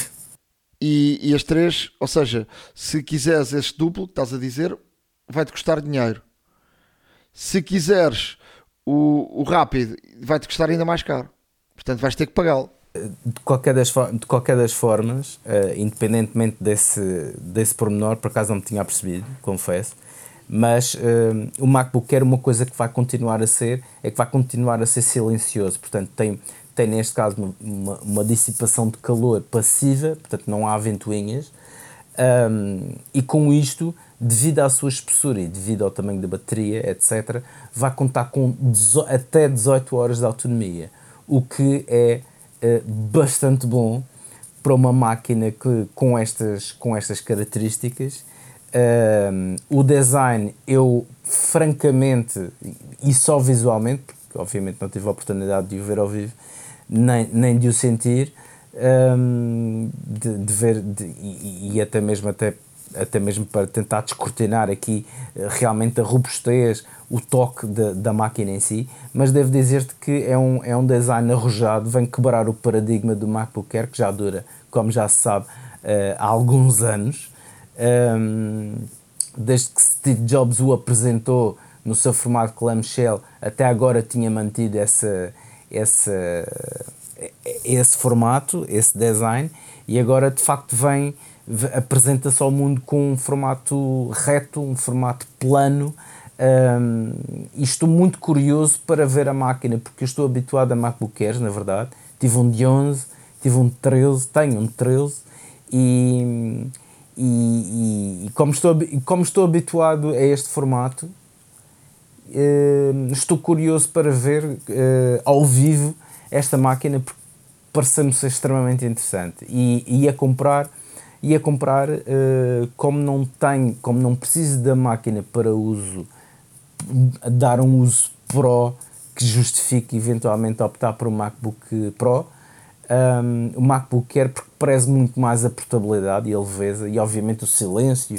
E, e as três, ou seja, se quiseres este duplo que estás a dizer, vai-te custar dinheiro. Se quiseres o, o rápido, vai-te custar ainda mais caro. Portanto, vais ter que pagá-lo. De qualquer das, de qualquer das formas, uh, independentemente desse, desse pormenor, por acaso não me tinha apercebido, confesso, mas uh, o MacBook Air, uma coisa que vai continuar a ser, é que vai continuar a ser silencioso. Portanto, tem... tem neste caso uma, uma, uma dissipação de calor passiva, portanto não há ventoinhas, um, e com isto, devido à sua espessura e devido ao tamanho da bateria, etcétera, vai contar com dezo- até dezoito horas de autonomia, o que é uh, bastante bom para uma máquina que, com, estas, com estas características. Um, o design, eu francamente, e só visualmente, porque obviamente não tive a oportunidade de o ver ao vivo, Nem, nem de o sentir, um, de, de ver de, e, e até mesmo até, até mesmo para tentar descortinar aqui realmente a robustez, o toque de, da máquina em si, mas devo dizer-te que é um, é um design arrojado, vem quebrar o paradigma do MacBook Air, que já dura, como já se sabe, uh, há alguns anos, um, desde que Steve Jobs o apresentou no seu formato clamshell, até agora tinha mantido essa Esse, esse formato, esse design, e agora de facto vem, apresenta-se ao mundo com um formato reto, um formato plano, um, e estou muito curioso para ver a máquina, porque eu estou habituado a MacBook Airs, na verdade. Tive um de onze, tive um de treze, tenho um de treze, e, e, e, e como, estou, como estou habituado a este formato, Uh, estou curioso para ver uh, ao vivo esta máquina, porque pareceu-me ser extremamente interessante, e ia comprar, ia comprar uh, como não tenho, como não preciso da máquina para uso, dar um uso Pro que justifique eventualmente optar por um MacBook Pro, um, o MacBook Air, porque preze muito mais a portabilidade e a leveza e obviamente o silêncio,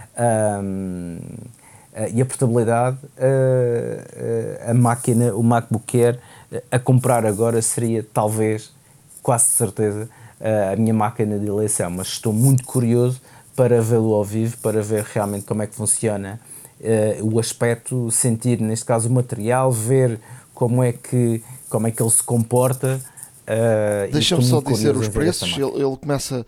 um, Uh, e a portabilidade, uh, uh, a máquina, o MacBook Air, uh, a comprar agora seria talvez, quase certeza, uh, a minha máquina de eleição, mas estou muito curioso para vê-lo ao vivo, para ver realmente como é que funciona uh, o aspecto, sentir neste caso o material, ver como é que, como é que ele se comporta. Uh, Deixa-me só dizer os preços. Ele, ele começa,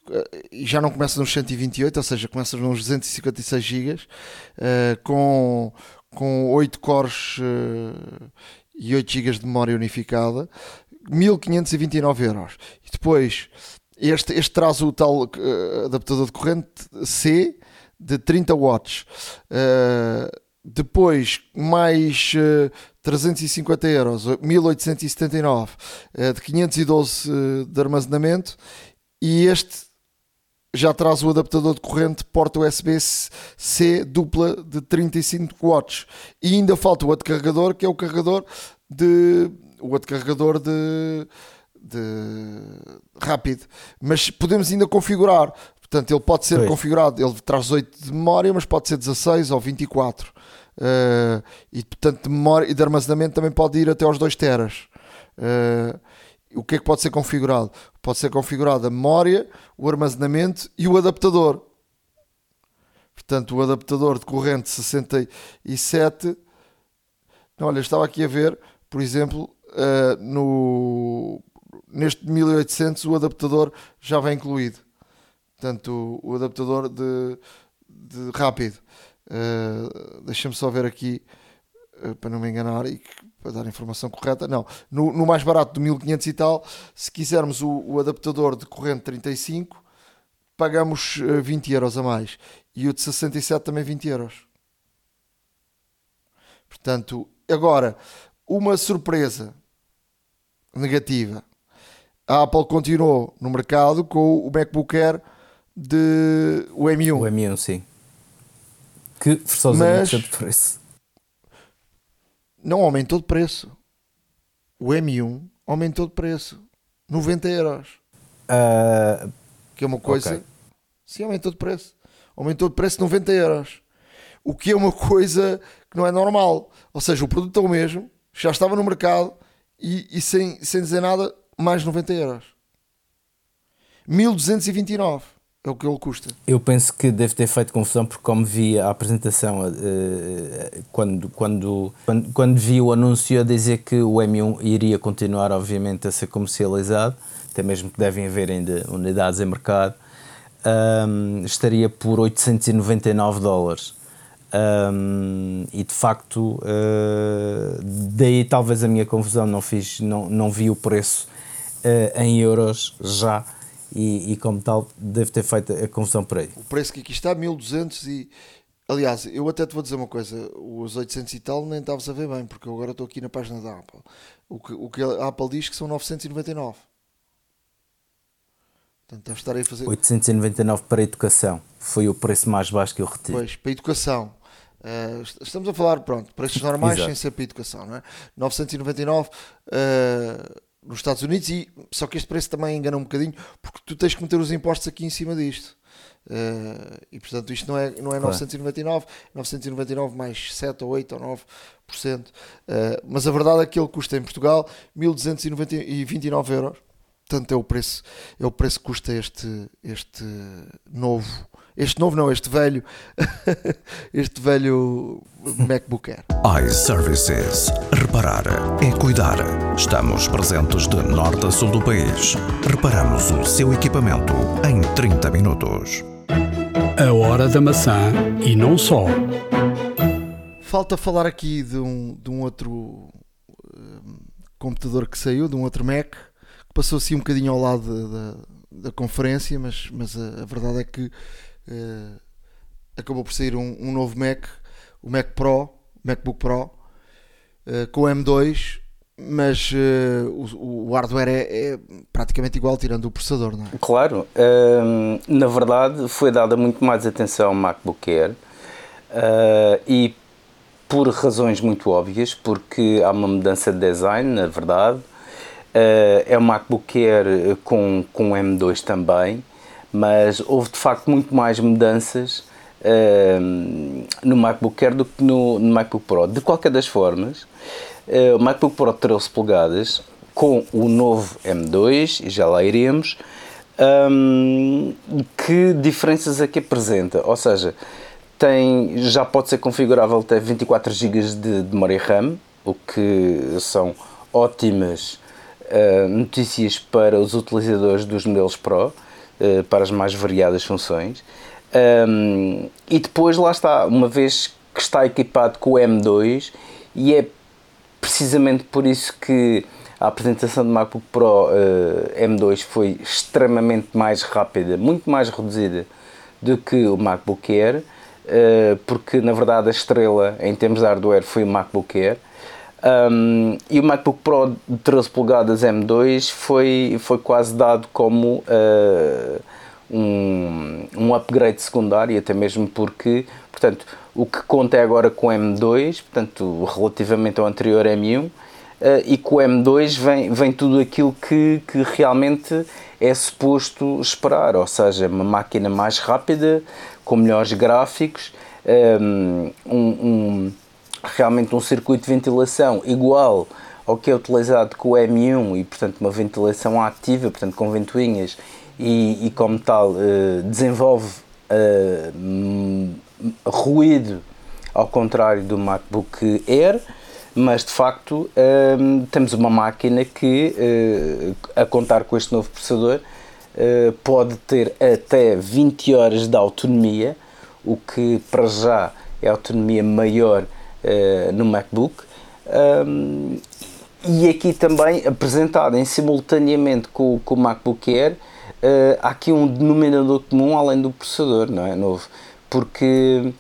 e já não começa nos cento e vinte e oito, ou seja, começa nos duzentos e cinquenta e seis gigas, uh, com, com oito cores uh, e oito gigas de memória unificada, mil quinhentos e vinte e nove euros. E depois, este, este traz o tal uh, adaptador de corrente C de trinta watts. Uh, depois, mais uh, trezentos e cinquenta euros, mil oitocentos e setenta e nove, uh, de quinhentos e doze uh, de armazenamento. E este já traz o adaptador de corrente porta U S B-C dupla de trinta e cinco watts. E ainda falta o outro carregador, que é o carregador de... o outro carregador de, de rápido, mas podemos ainda configurar, portanto ele pode ser Oi. configurado, ele traz oito de memória, mas pode ser dezasseis ou vinte e quatro, uh, e portanto de memória e de armazenamento também pode ir até aos dois teras. Uh, o que é que pode ser configurado? Pode ser configurado a memória, o armazenamento e o adaptador. Portanto, o adaptador de corrente sessenta e sete, não, olha, estava aqui a ver, por exemplo, Uh, no, neste mil e oitocentos o adaptador já vem incluído, portanto o, o adaptador de, de rápido. Uh, deixa-me só ver aqui uh, para não me enganar e para dar a informação correta. Não, no, no mais barato do mil e quinhentos e tal, se quisermos o, o adaptador de corrente trinta e cinco, pagamos uh, vinte euros a mais, e o de sessenta e sete também vinte euros. Portanto, agora uma surpresa negativa. A Apple continuou no mercado com o MacBook Air de o M um. O M um, sim. Que forçosamente mas de preço. Não aumentou de preço. O M um aumentou de preço. noventa euros. Uh, que é uma coisa... Okay. Sim, aumentou de preço. Aumentou de preço noventa euros. O que é uma coisa que não é normal. Ou seja, o produto é o mesmo, já estava no mercado e, e sem, sem dizer nada, mais noventa euros. mil duzentos e vinte e nove é o que ele custa. Eu penso que deve ter feito confusão, porque como vi a apresentação, uh, quando, quando, quando, quando vi o anúncio a dizer que o M um iria continuar, obviamente, a ser comercializado, até mesmo que devem haver ainda unidades em mercado, um, estaria por oitocentos e noventa e nove dólares. Um, e de facto uh, daí talvez a minha confusão, não fiz, não, não vi o preço uh, em euros já, e, e como tal deve ter feito a confusão por aí. O preço que aqui está, mil e duzentos, e aliás, eu até te vou dizer uma coisa, os oitocentos e tal nem estavas a ver bem, porque eu agora estou aqui na página da Apple. O que, o que a Apple diz que são novecentos e noventa e nove. Portanto, deve estar aí a fazer... oitocentos e noventa e nove para a educação foi o preço mais baixo que eu retiro. Pois, para a educação. Uh, estamos a falar, pronto, preços normais Exato. Sem ser para a educação, não é? novecentos e noventa e nove uh, nos Estados Unidos, e só que este preço também engana um bocadinho, porque tu tens que meter os impostos aqui em cima disto, uh, e portanto isto não é, não é novecentos e noventa e nove, novecentos e noventa e nove mais sete ou oito ou nove por cento, uh, mas a verdade é que ele custa em Portugal mil duzentos e vinte e nove euros. Portanto é o preço, é o preço que custa este, este novo, este novo não, este velho, este velho MacBook Air. iServices. Reparar é cuidar. Estamos presentes de norte a sul do país. Reparamos o seu equipamento em trinta minutos. A hora da maçã e não só. Falta falar aqui de um, de um outro um, computador que saiu, de um outro Mac, passou assim um bocadinho ao lado da, da, da conferência, mas, mas a, a verdade é que uh, acabou por sair um, um novo Mac, o Mac Pro, MacBook Pro, uh, com o M dois, mas uh, o, o hardware é, é praticamente igual, tirando o processador, não é? Claro, uh, na verdade foi dada muito mais atenção ao MacBook Air, uh, e por razões muito óbvias, porque há uma mudança de design, na verdade. Uh, é um MacBook Air com, com M dois também, mas houve de facto muito mais mudanças uh, no MacBook Air do que no, no MacBook Pro. De qualquer das formas, uh, o MacBook Pro de treze polegadas com o novo M dois, e já lá iremos, um, que diferenças é que apresenta? Ou seja, tem, já pode ser configurável até vinte e quatro gigas de, de memória RAM, o que são ótimas Uh, notícias para os utilizadores dos modelos Pro. uh, para as mais variadas funções. Um, e depois, lá está, uma vez que está equipado com o M dois, e é precisamente por isso que a apresentação do MacBook Pro uh, M dois foi extremamente mais rápida, muito mais reduzida do que o MacBook Air, uh, porque na verdade a estrela em termos de hardware foi o MacBook Air. Um, e o MacBook Pro de treze polegadas M dois foi, foi quase dado como uh, um, um upgrade secundário, até mesmo porque, portanto, o que conta é agora com o M dois, portanto, relativamente ao anterior M um, uh, e com o M dois vem, vem tudo aquilo que, que realmente é suposto esperar, ou seja, uma máquina mais rápida, com melhores gráficos, um, um realmente um circuito de ventilação igual ao que é utilizado com o M um e, portanto, uma ventilação ativa, portanto, com ventoinhas e, e como tal, uh, desenvolve uh, ruído, ao contrário do MacBook Air, mas, de facto, uh, temos uma máquina que, uh, a contar com este novo processador, uh, pode ter até vinte horas de autonomia, o que, para já, é a autonomia maior Uh, no MacBook, um, e aqui também apresentado em simultaneamente com, com o MacBook Air, uh, há aqui um denominador comum além do processador, não é, novo, porque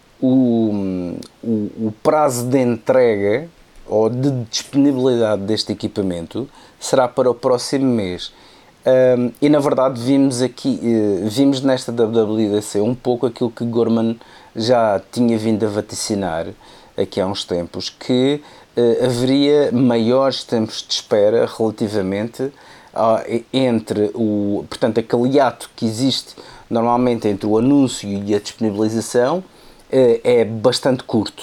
o, o, o prazo de entrega ou de disponibilidade deste equipamento será para o próximo mês. Um, e na verdade vimos aqui, uh, vimos nesta W W D C um pouco aquilo que Gurman já tinha vindo a vaticinar aqui há uns tempos, que uh, haveria maiores tempos de espera relativamente a, entre o, portanto, aquele ato que existe normalmente entre o anúncio e a disponibilização uh, é bastante curto.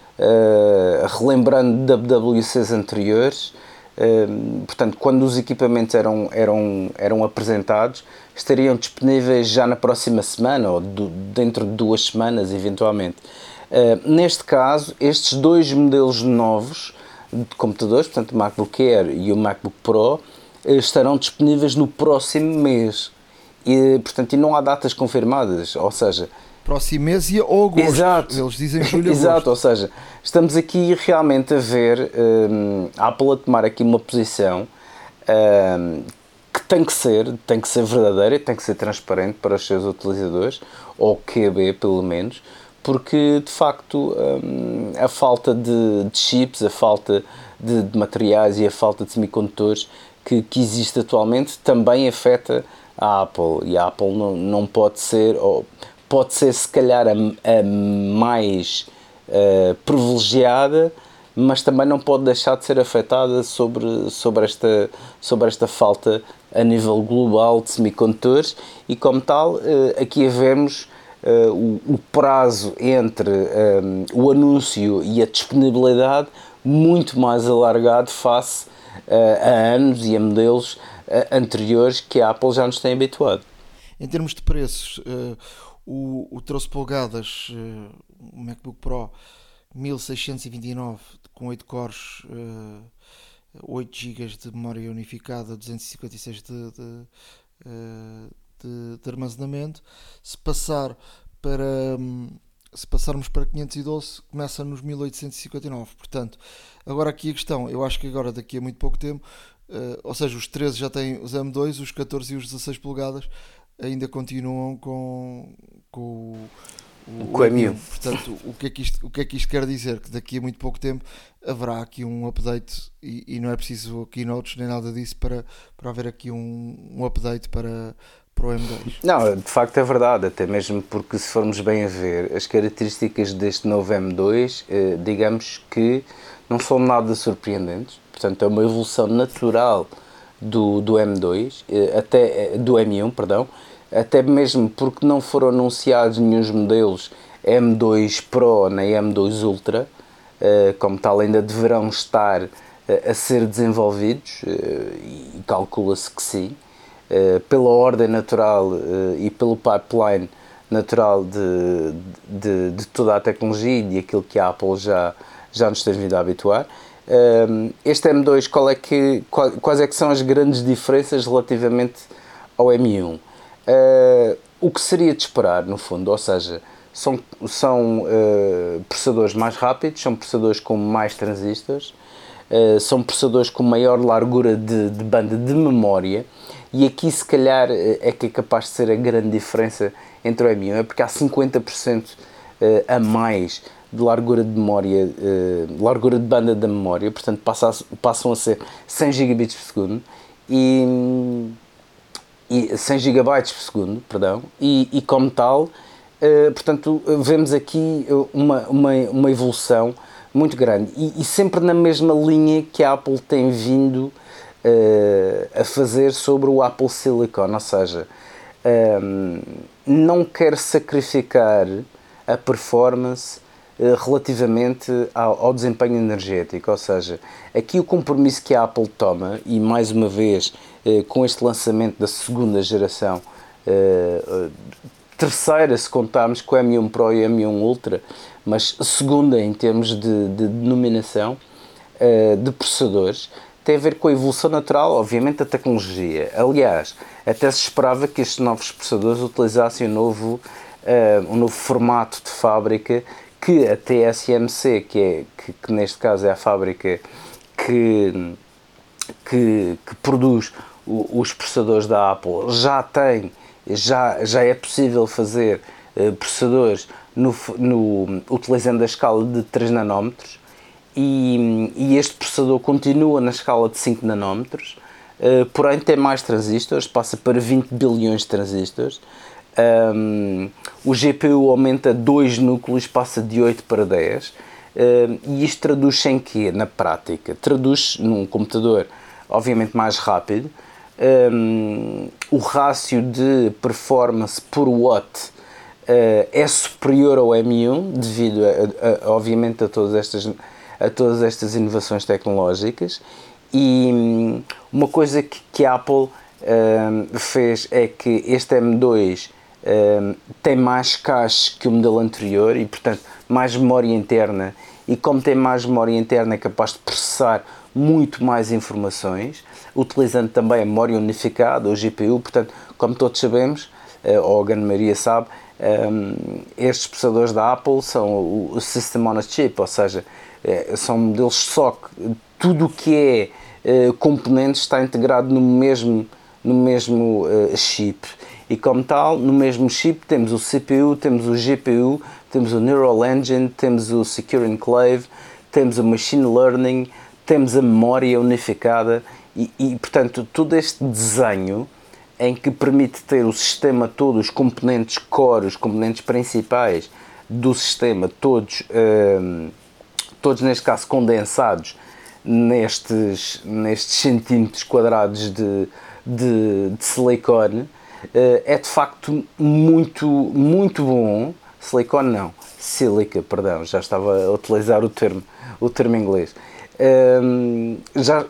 Uh, relembrando W W Cs anteriores, uh, portanto, quando os equipamentos eram, eram, eram apresentados, estariam disponíveis já na próxima semana ou do, dentro de duas semanas, eventualmente. Uh, neste caso, estes dois modelos novos de computadores, portanto o MacBook Air e o MacBook Pro, uh, estarão disponíveis no próximo mês. E, portanto, e não há datas confirmadas, ou seja... Próximo mês e ou agosto. Exato. Eles dizem julho e Exato, agosto. ou seja, estamos aqui realmente a ver um, a Apple a tomar aqui uma posição um, que tem que ser, tem que ser verdadeira, tem que ser transparente para os seus utilizadores, ou Q B pelo menos, porque de facto um, a falta de, de chips, a falta de, de materiais e a falta de semicondutores que, que existe atualmente também afeta a Apple, e a Apple não, não pode ser, ou pode ser se calhar a, a mais uh, privilegiada, mas também não pode deixar de ser afetada sobre, sobre, esta, sobre esta falta a nível global de semicondutores, e como tal, uh, aqui vemos Uh, o, o prazo entre um, o anúncio e a disponibilidade muito mais alargado face uh, a anos e a modelos uh, anteriores que a Apple já nos tem habituado. Em termos de preços, uh, o, o treze polegadas, uh, o MacBook Pro mil seiscentos e vinte e nove com oito cores, uh, oito gigas de memória unificada, duzentos e cinquenta e seis de, de uh, De, de armazenamento. Se passar para se passarmos para quinhentos e doze, começa nos mil oitocentos e cinquenta e nove. Portanto, agora aqui a questão, eu acho que agora daqui a muito pouco tempo, uh, ou seja, os treze já têm os M dois, os catorze e os dezasseis polegadas ainda continuam com, com o, com o M um. Portanto, o que, é que isto, o que é que isto quer dizer? Que daqui a muito pouco tempo haverá aqui um update, e, e não é preciso keynotes nem nada disso para, para haver aqui um, um update para para o M dois. Não, de facto é verdade, até mesmo porque se formos bem a ver, as características deste novo M dois, eh, digamos que não são nada surpreendentes, portanto é uma evolução natural do, do M dois, eh, até, do M um, perdão, até mesmo porque não foram anunciados nenhum modelos M dois Pro nem M dois Ultra, eh, como tal ainda deverão estar eh, a ser desenvolvidos, eh, e calcula-se que sim. Uh, pela ordem natural uh, e pelo pipeline natural de, de, de toda a tecnologia e de aquilo que a Apple já, já nos tem vindo a habituar. Uh, este M dois, qual é que, qual, quais é que são as grandes diferenças relativamente ao M um? uh, o que seria de esperar, no fundo, ou seja, são, são uh, processadores mais rápidos, são processadores com mais transistores, uh, são processadores com maior largura de, de banda de memória, e aqui se calhar é que é capaz de ser a grande diferença entre o M um, é porque há cinquenta por cento uh, a mais de largura de memória, uh, largura de banda da memória, portanto passa a, passam a ser cem gigabits por segundo, e, e cem gigabytes por segundo, perdão, e, e como tal, uh, portanto, vemos aqui uma, uma, uma evolução muito grande, e, e sempre na mesma linha que a Apple tem vindo uh, a fazer sobre o Apple Silicon, ou seja, um, não quer sacrificar a performance relativamente ao, ao desempenho energético, ou seja, aqui o compromisso que a Apple toma, e mais uma vez eh, com este lançamento da segunda geração, eh, terceira se contarmos com o M um Pro e o M um Ultra, mas segunda em termos de, de denominação eh, de processadores, tem a ver com a evolução natural, obviamente, da tecnologia. Aliás, até se esperava que estes novos processadores utilizassem um novo, uh, um novo formato de fábrica, que a T S M C, que, é, que, que neste caso é a fábrica que, que, que produz o, os processadores da Apple, já tem, já, já é possível fazer uh, processadores no, no, utilizando a escala de três nanómetros, e, e este processador continua na escala de cinco nanómetros, uh, porém tem mais transistores, passa para vinte bilhões de transistores. Um, o G P U aumenta dois núcleos, passa de oito para dez, uh, e isto traduz-se em quê? Na prática, traduz num computador obviamente mais rápido, um, o rácio de performance por watt uh, é superior ao M um, devido a, a, obviamente a todas estas, a todas estas inovações tecnológicas. E um, uma coisa que, que a Apple um, fez é que este M dois Um, tem mais cache que o modelo anterior e, portanto, mais memória interna, e como tem mais memória interna é capaz de processar muito mais informações, utilizando também a memória unificada, o G P U. Portanto, como todos sabemos, uh, ou a Ana Maria sabe, um, estes processadores da Apple são o, o System on a Chip, ou seja, uh, são modelos só que tudo o que é uh, componentes está integrado no mesmo, no mesmo uh, chip. E como tal, no mesmo chip temos o C P U, temos o G P U, temos o Neural Engine, temos o Secure Enclave, temos o Machine Learning, temos a memória unificada e, e, portanto, todo este desenho em que permite ter o sistema todo, os componentes core, os componentes principais do sistema, todos, um, todos neste caso condensados nestes, nestes centímetros quadrados de, de, de silicone, é de facto muito, muito bom. Silicone não, sílica, perdão, já estava a utilizar o termo, o termo inglês. Um, já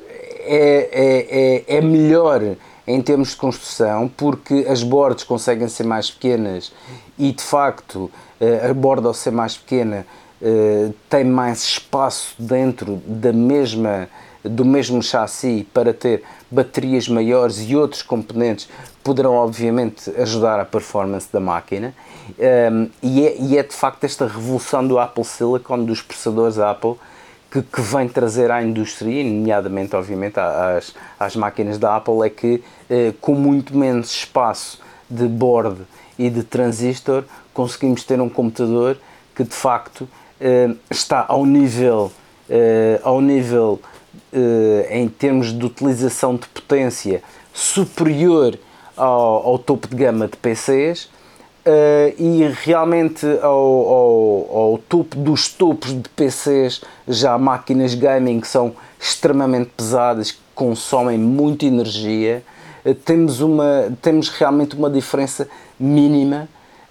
é, é, é, é melhor em termos de construção, porque as bordas conseguem ser mais pequenas e, de facto, a borda, ao ser mais pequena, tem mais espaço dentro da mesma, do mesmo chassi para ter baterias maiores, e outros componentes poderão obviamente ajudar a performance da máquina. Um, e, é, e é de facto esta revolução do Apple Silicon, dos processadores Apple, que, que vem trazer à indústria, nomeadamente obviamente às, às máquinas da Apple, é que uh, com muito menos espaço de board e de transistor conseguimos ter um computador que de facto uh, está ao nível, uh, ao nível uh, em termos de utilização de potência superior Ao, ao topo de gama de P Cs, uh, e realmente ao, ao, ao topo dos topos de P Cs, já máquinas gaming que são extremamente pesadas, que consomem muita energia. Uh, temos, uma, temos realmente uma diferença mínima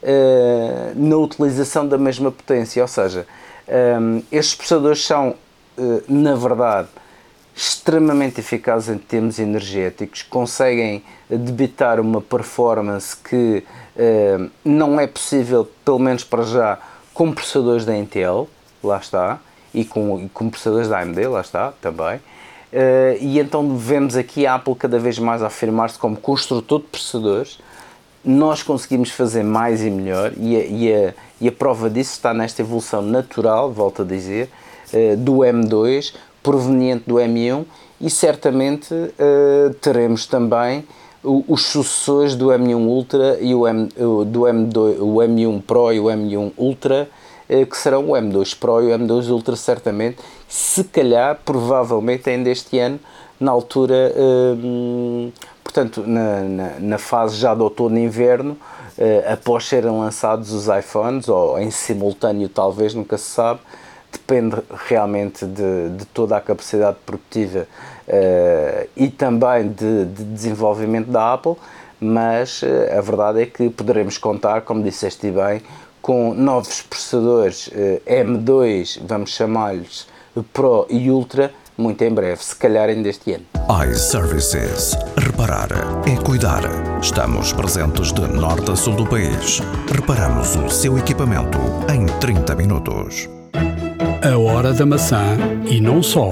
uh, na utilização da mesma potência, ou seja, um, estes processadores são, uh, na verdade, extremamente eficazes em termos energéticos, conseguem debitar uma performance que eh, não é possível, pelo menos para já, com processadores da Intel, lá está, e com, e com processadores da A M D, lá está, também. Eh, e então vemos aqui a Apple cada vez mais a afirmar-se como construtor de processadores, nós conseguimos fazer mais e melhor, e a, e a, e a prova disso está nesta evolução natural, volto a dizer, uh, do M dois, proveniente do M um, e certamente uh, teremos também o, os sucessores do M um Ultra e o, M, o, do M dois, o M um Pro e o M um Ultra, uh, que serão o M dois Pro e o M dois Ultra, certamente, se calhar, provavelmente ainda este ano, na altura, uh, portanto, na, na, na fase já de outono e inverno, uh, após serem lançados os iPhones, ou em simultâneo talvez, nunca se sabe, depende realmente de, de toda a capacidade produtiva uh, e também de, de desenvolvimento da Apple, mas uh, a verdade é que poderemos contar, como disseste bem, com novos processadores uh, M dois, vamos chamar-lhes Pro e Ultra, muito em breve, se calhar ainda este ano. iServices. Reparar é cuidar. Estamos presentes de norte a sul do país. Reparamos o seu equipamento em trinta minutos. A hora da maçã e não só.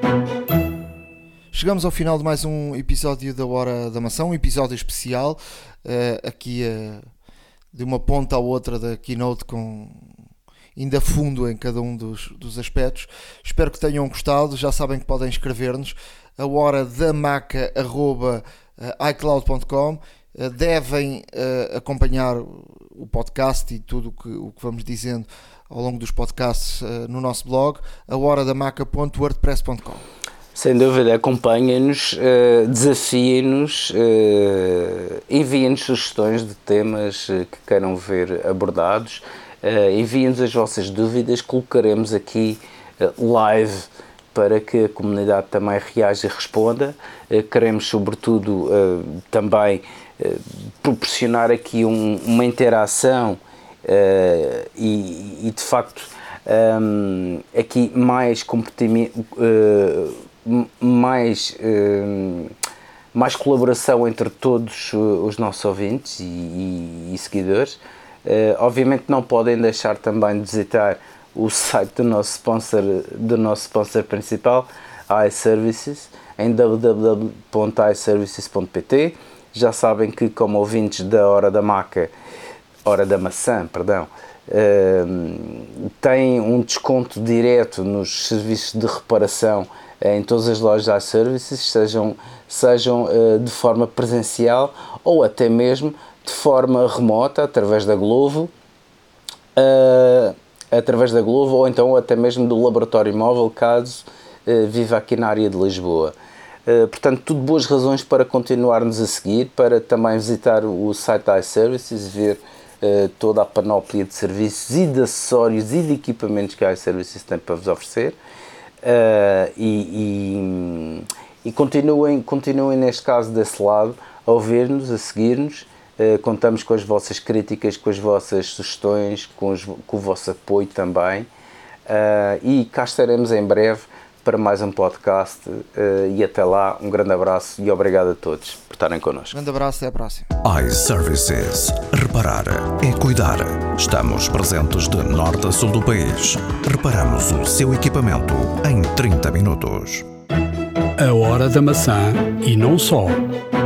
Chegamos ao final de mais um episódio da Hora da Maçã, um episódio especial, uh, aqui uh, de uma ponta à outra da Keynote, com ainda fundo em cada um dos, dos aspectos. Espero que tenham gostado. Já sabem que podem escrever-nos a hora da maca arroba i cloud ponto com. Devem uh, acompanhar o podcast e tudo que, o que vamos dizendo ao longo dos podcasts uh, no nosso blog, a hora da maca ponto wordpress ponto com. Sem dúvida, acompanhem-nos, uh, desafiem-nos, uh, enviem-nos sugestões de temas uh, que queiram ver abordados. Uh, enviem-nos as vossas dúvidas, colocaremos aqui uh, live para que a comunidade também reaja e responda. Uh, queremos, sobretudo, uh, também uh, proporcionar aqui um, uma interação uh, e, e, de facto, um, aqui mais comportamento, uh, mais, uh, mais colaboração entre todos os nossos ouvintes e, e, e seguidores. Uh, obviamente não podem deixar também de visitar o site do nosso sponsor, do nosso sponsor principal, iServices, em w w w ponto i services ponto p t. Já sabem que, como ouvintes da Hora da Maca, Hora da Maçã, perdão, uh, têm um desconto direto nos serviços de reparação em todas as lojas iServices, sejam, sejam uh, de forma presencial ou até mesmo de forma remota, através da Glovo, uh, através da Glovo ou então até mesmo do laboratório móvel, caso uh, viva aqui na área de Lisboa. Uh, portanto, tudo boas razões para continuar-nos a seguir, para também visitar o site da iServices, ver uh, toda a panóplia de serviços e de acessórios e de equipamentos que a iServices tem para vos oferecer. Uh, e, e, e continuem, continuem, neste caso, desse lado, a ouvir-nos, a seguir-nos. Uh, contamos com as vossas críticas, com as vossas sugestões, com, os, com o vosso apoio também. Uh, e cá estaremos em breve para mais um podcast. Uh, e até lá, um grande abraço e obrigado a todos por estarem connosco. Um grande abraço e até à próxima. iServices. Reparar é cuidar. Estamos presentes de norte a sul do país. Reparamos o seu equipamento em trinta minutos. A hora da maçã e não só.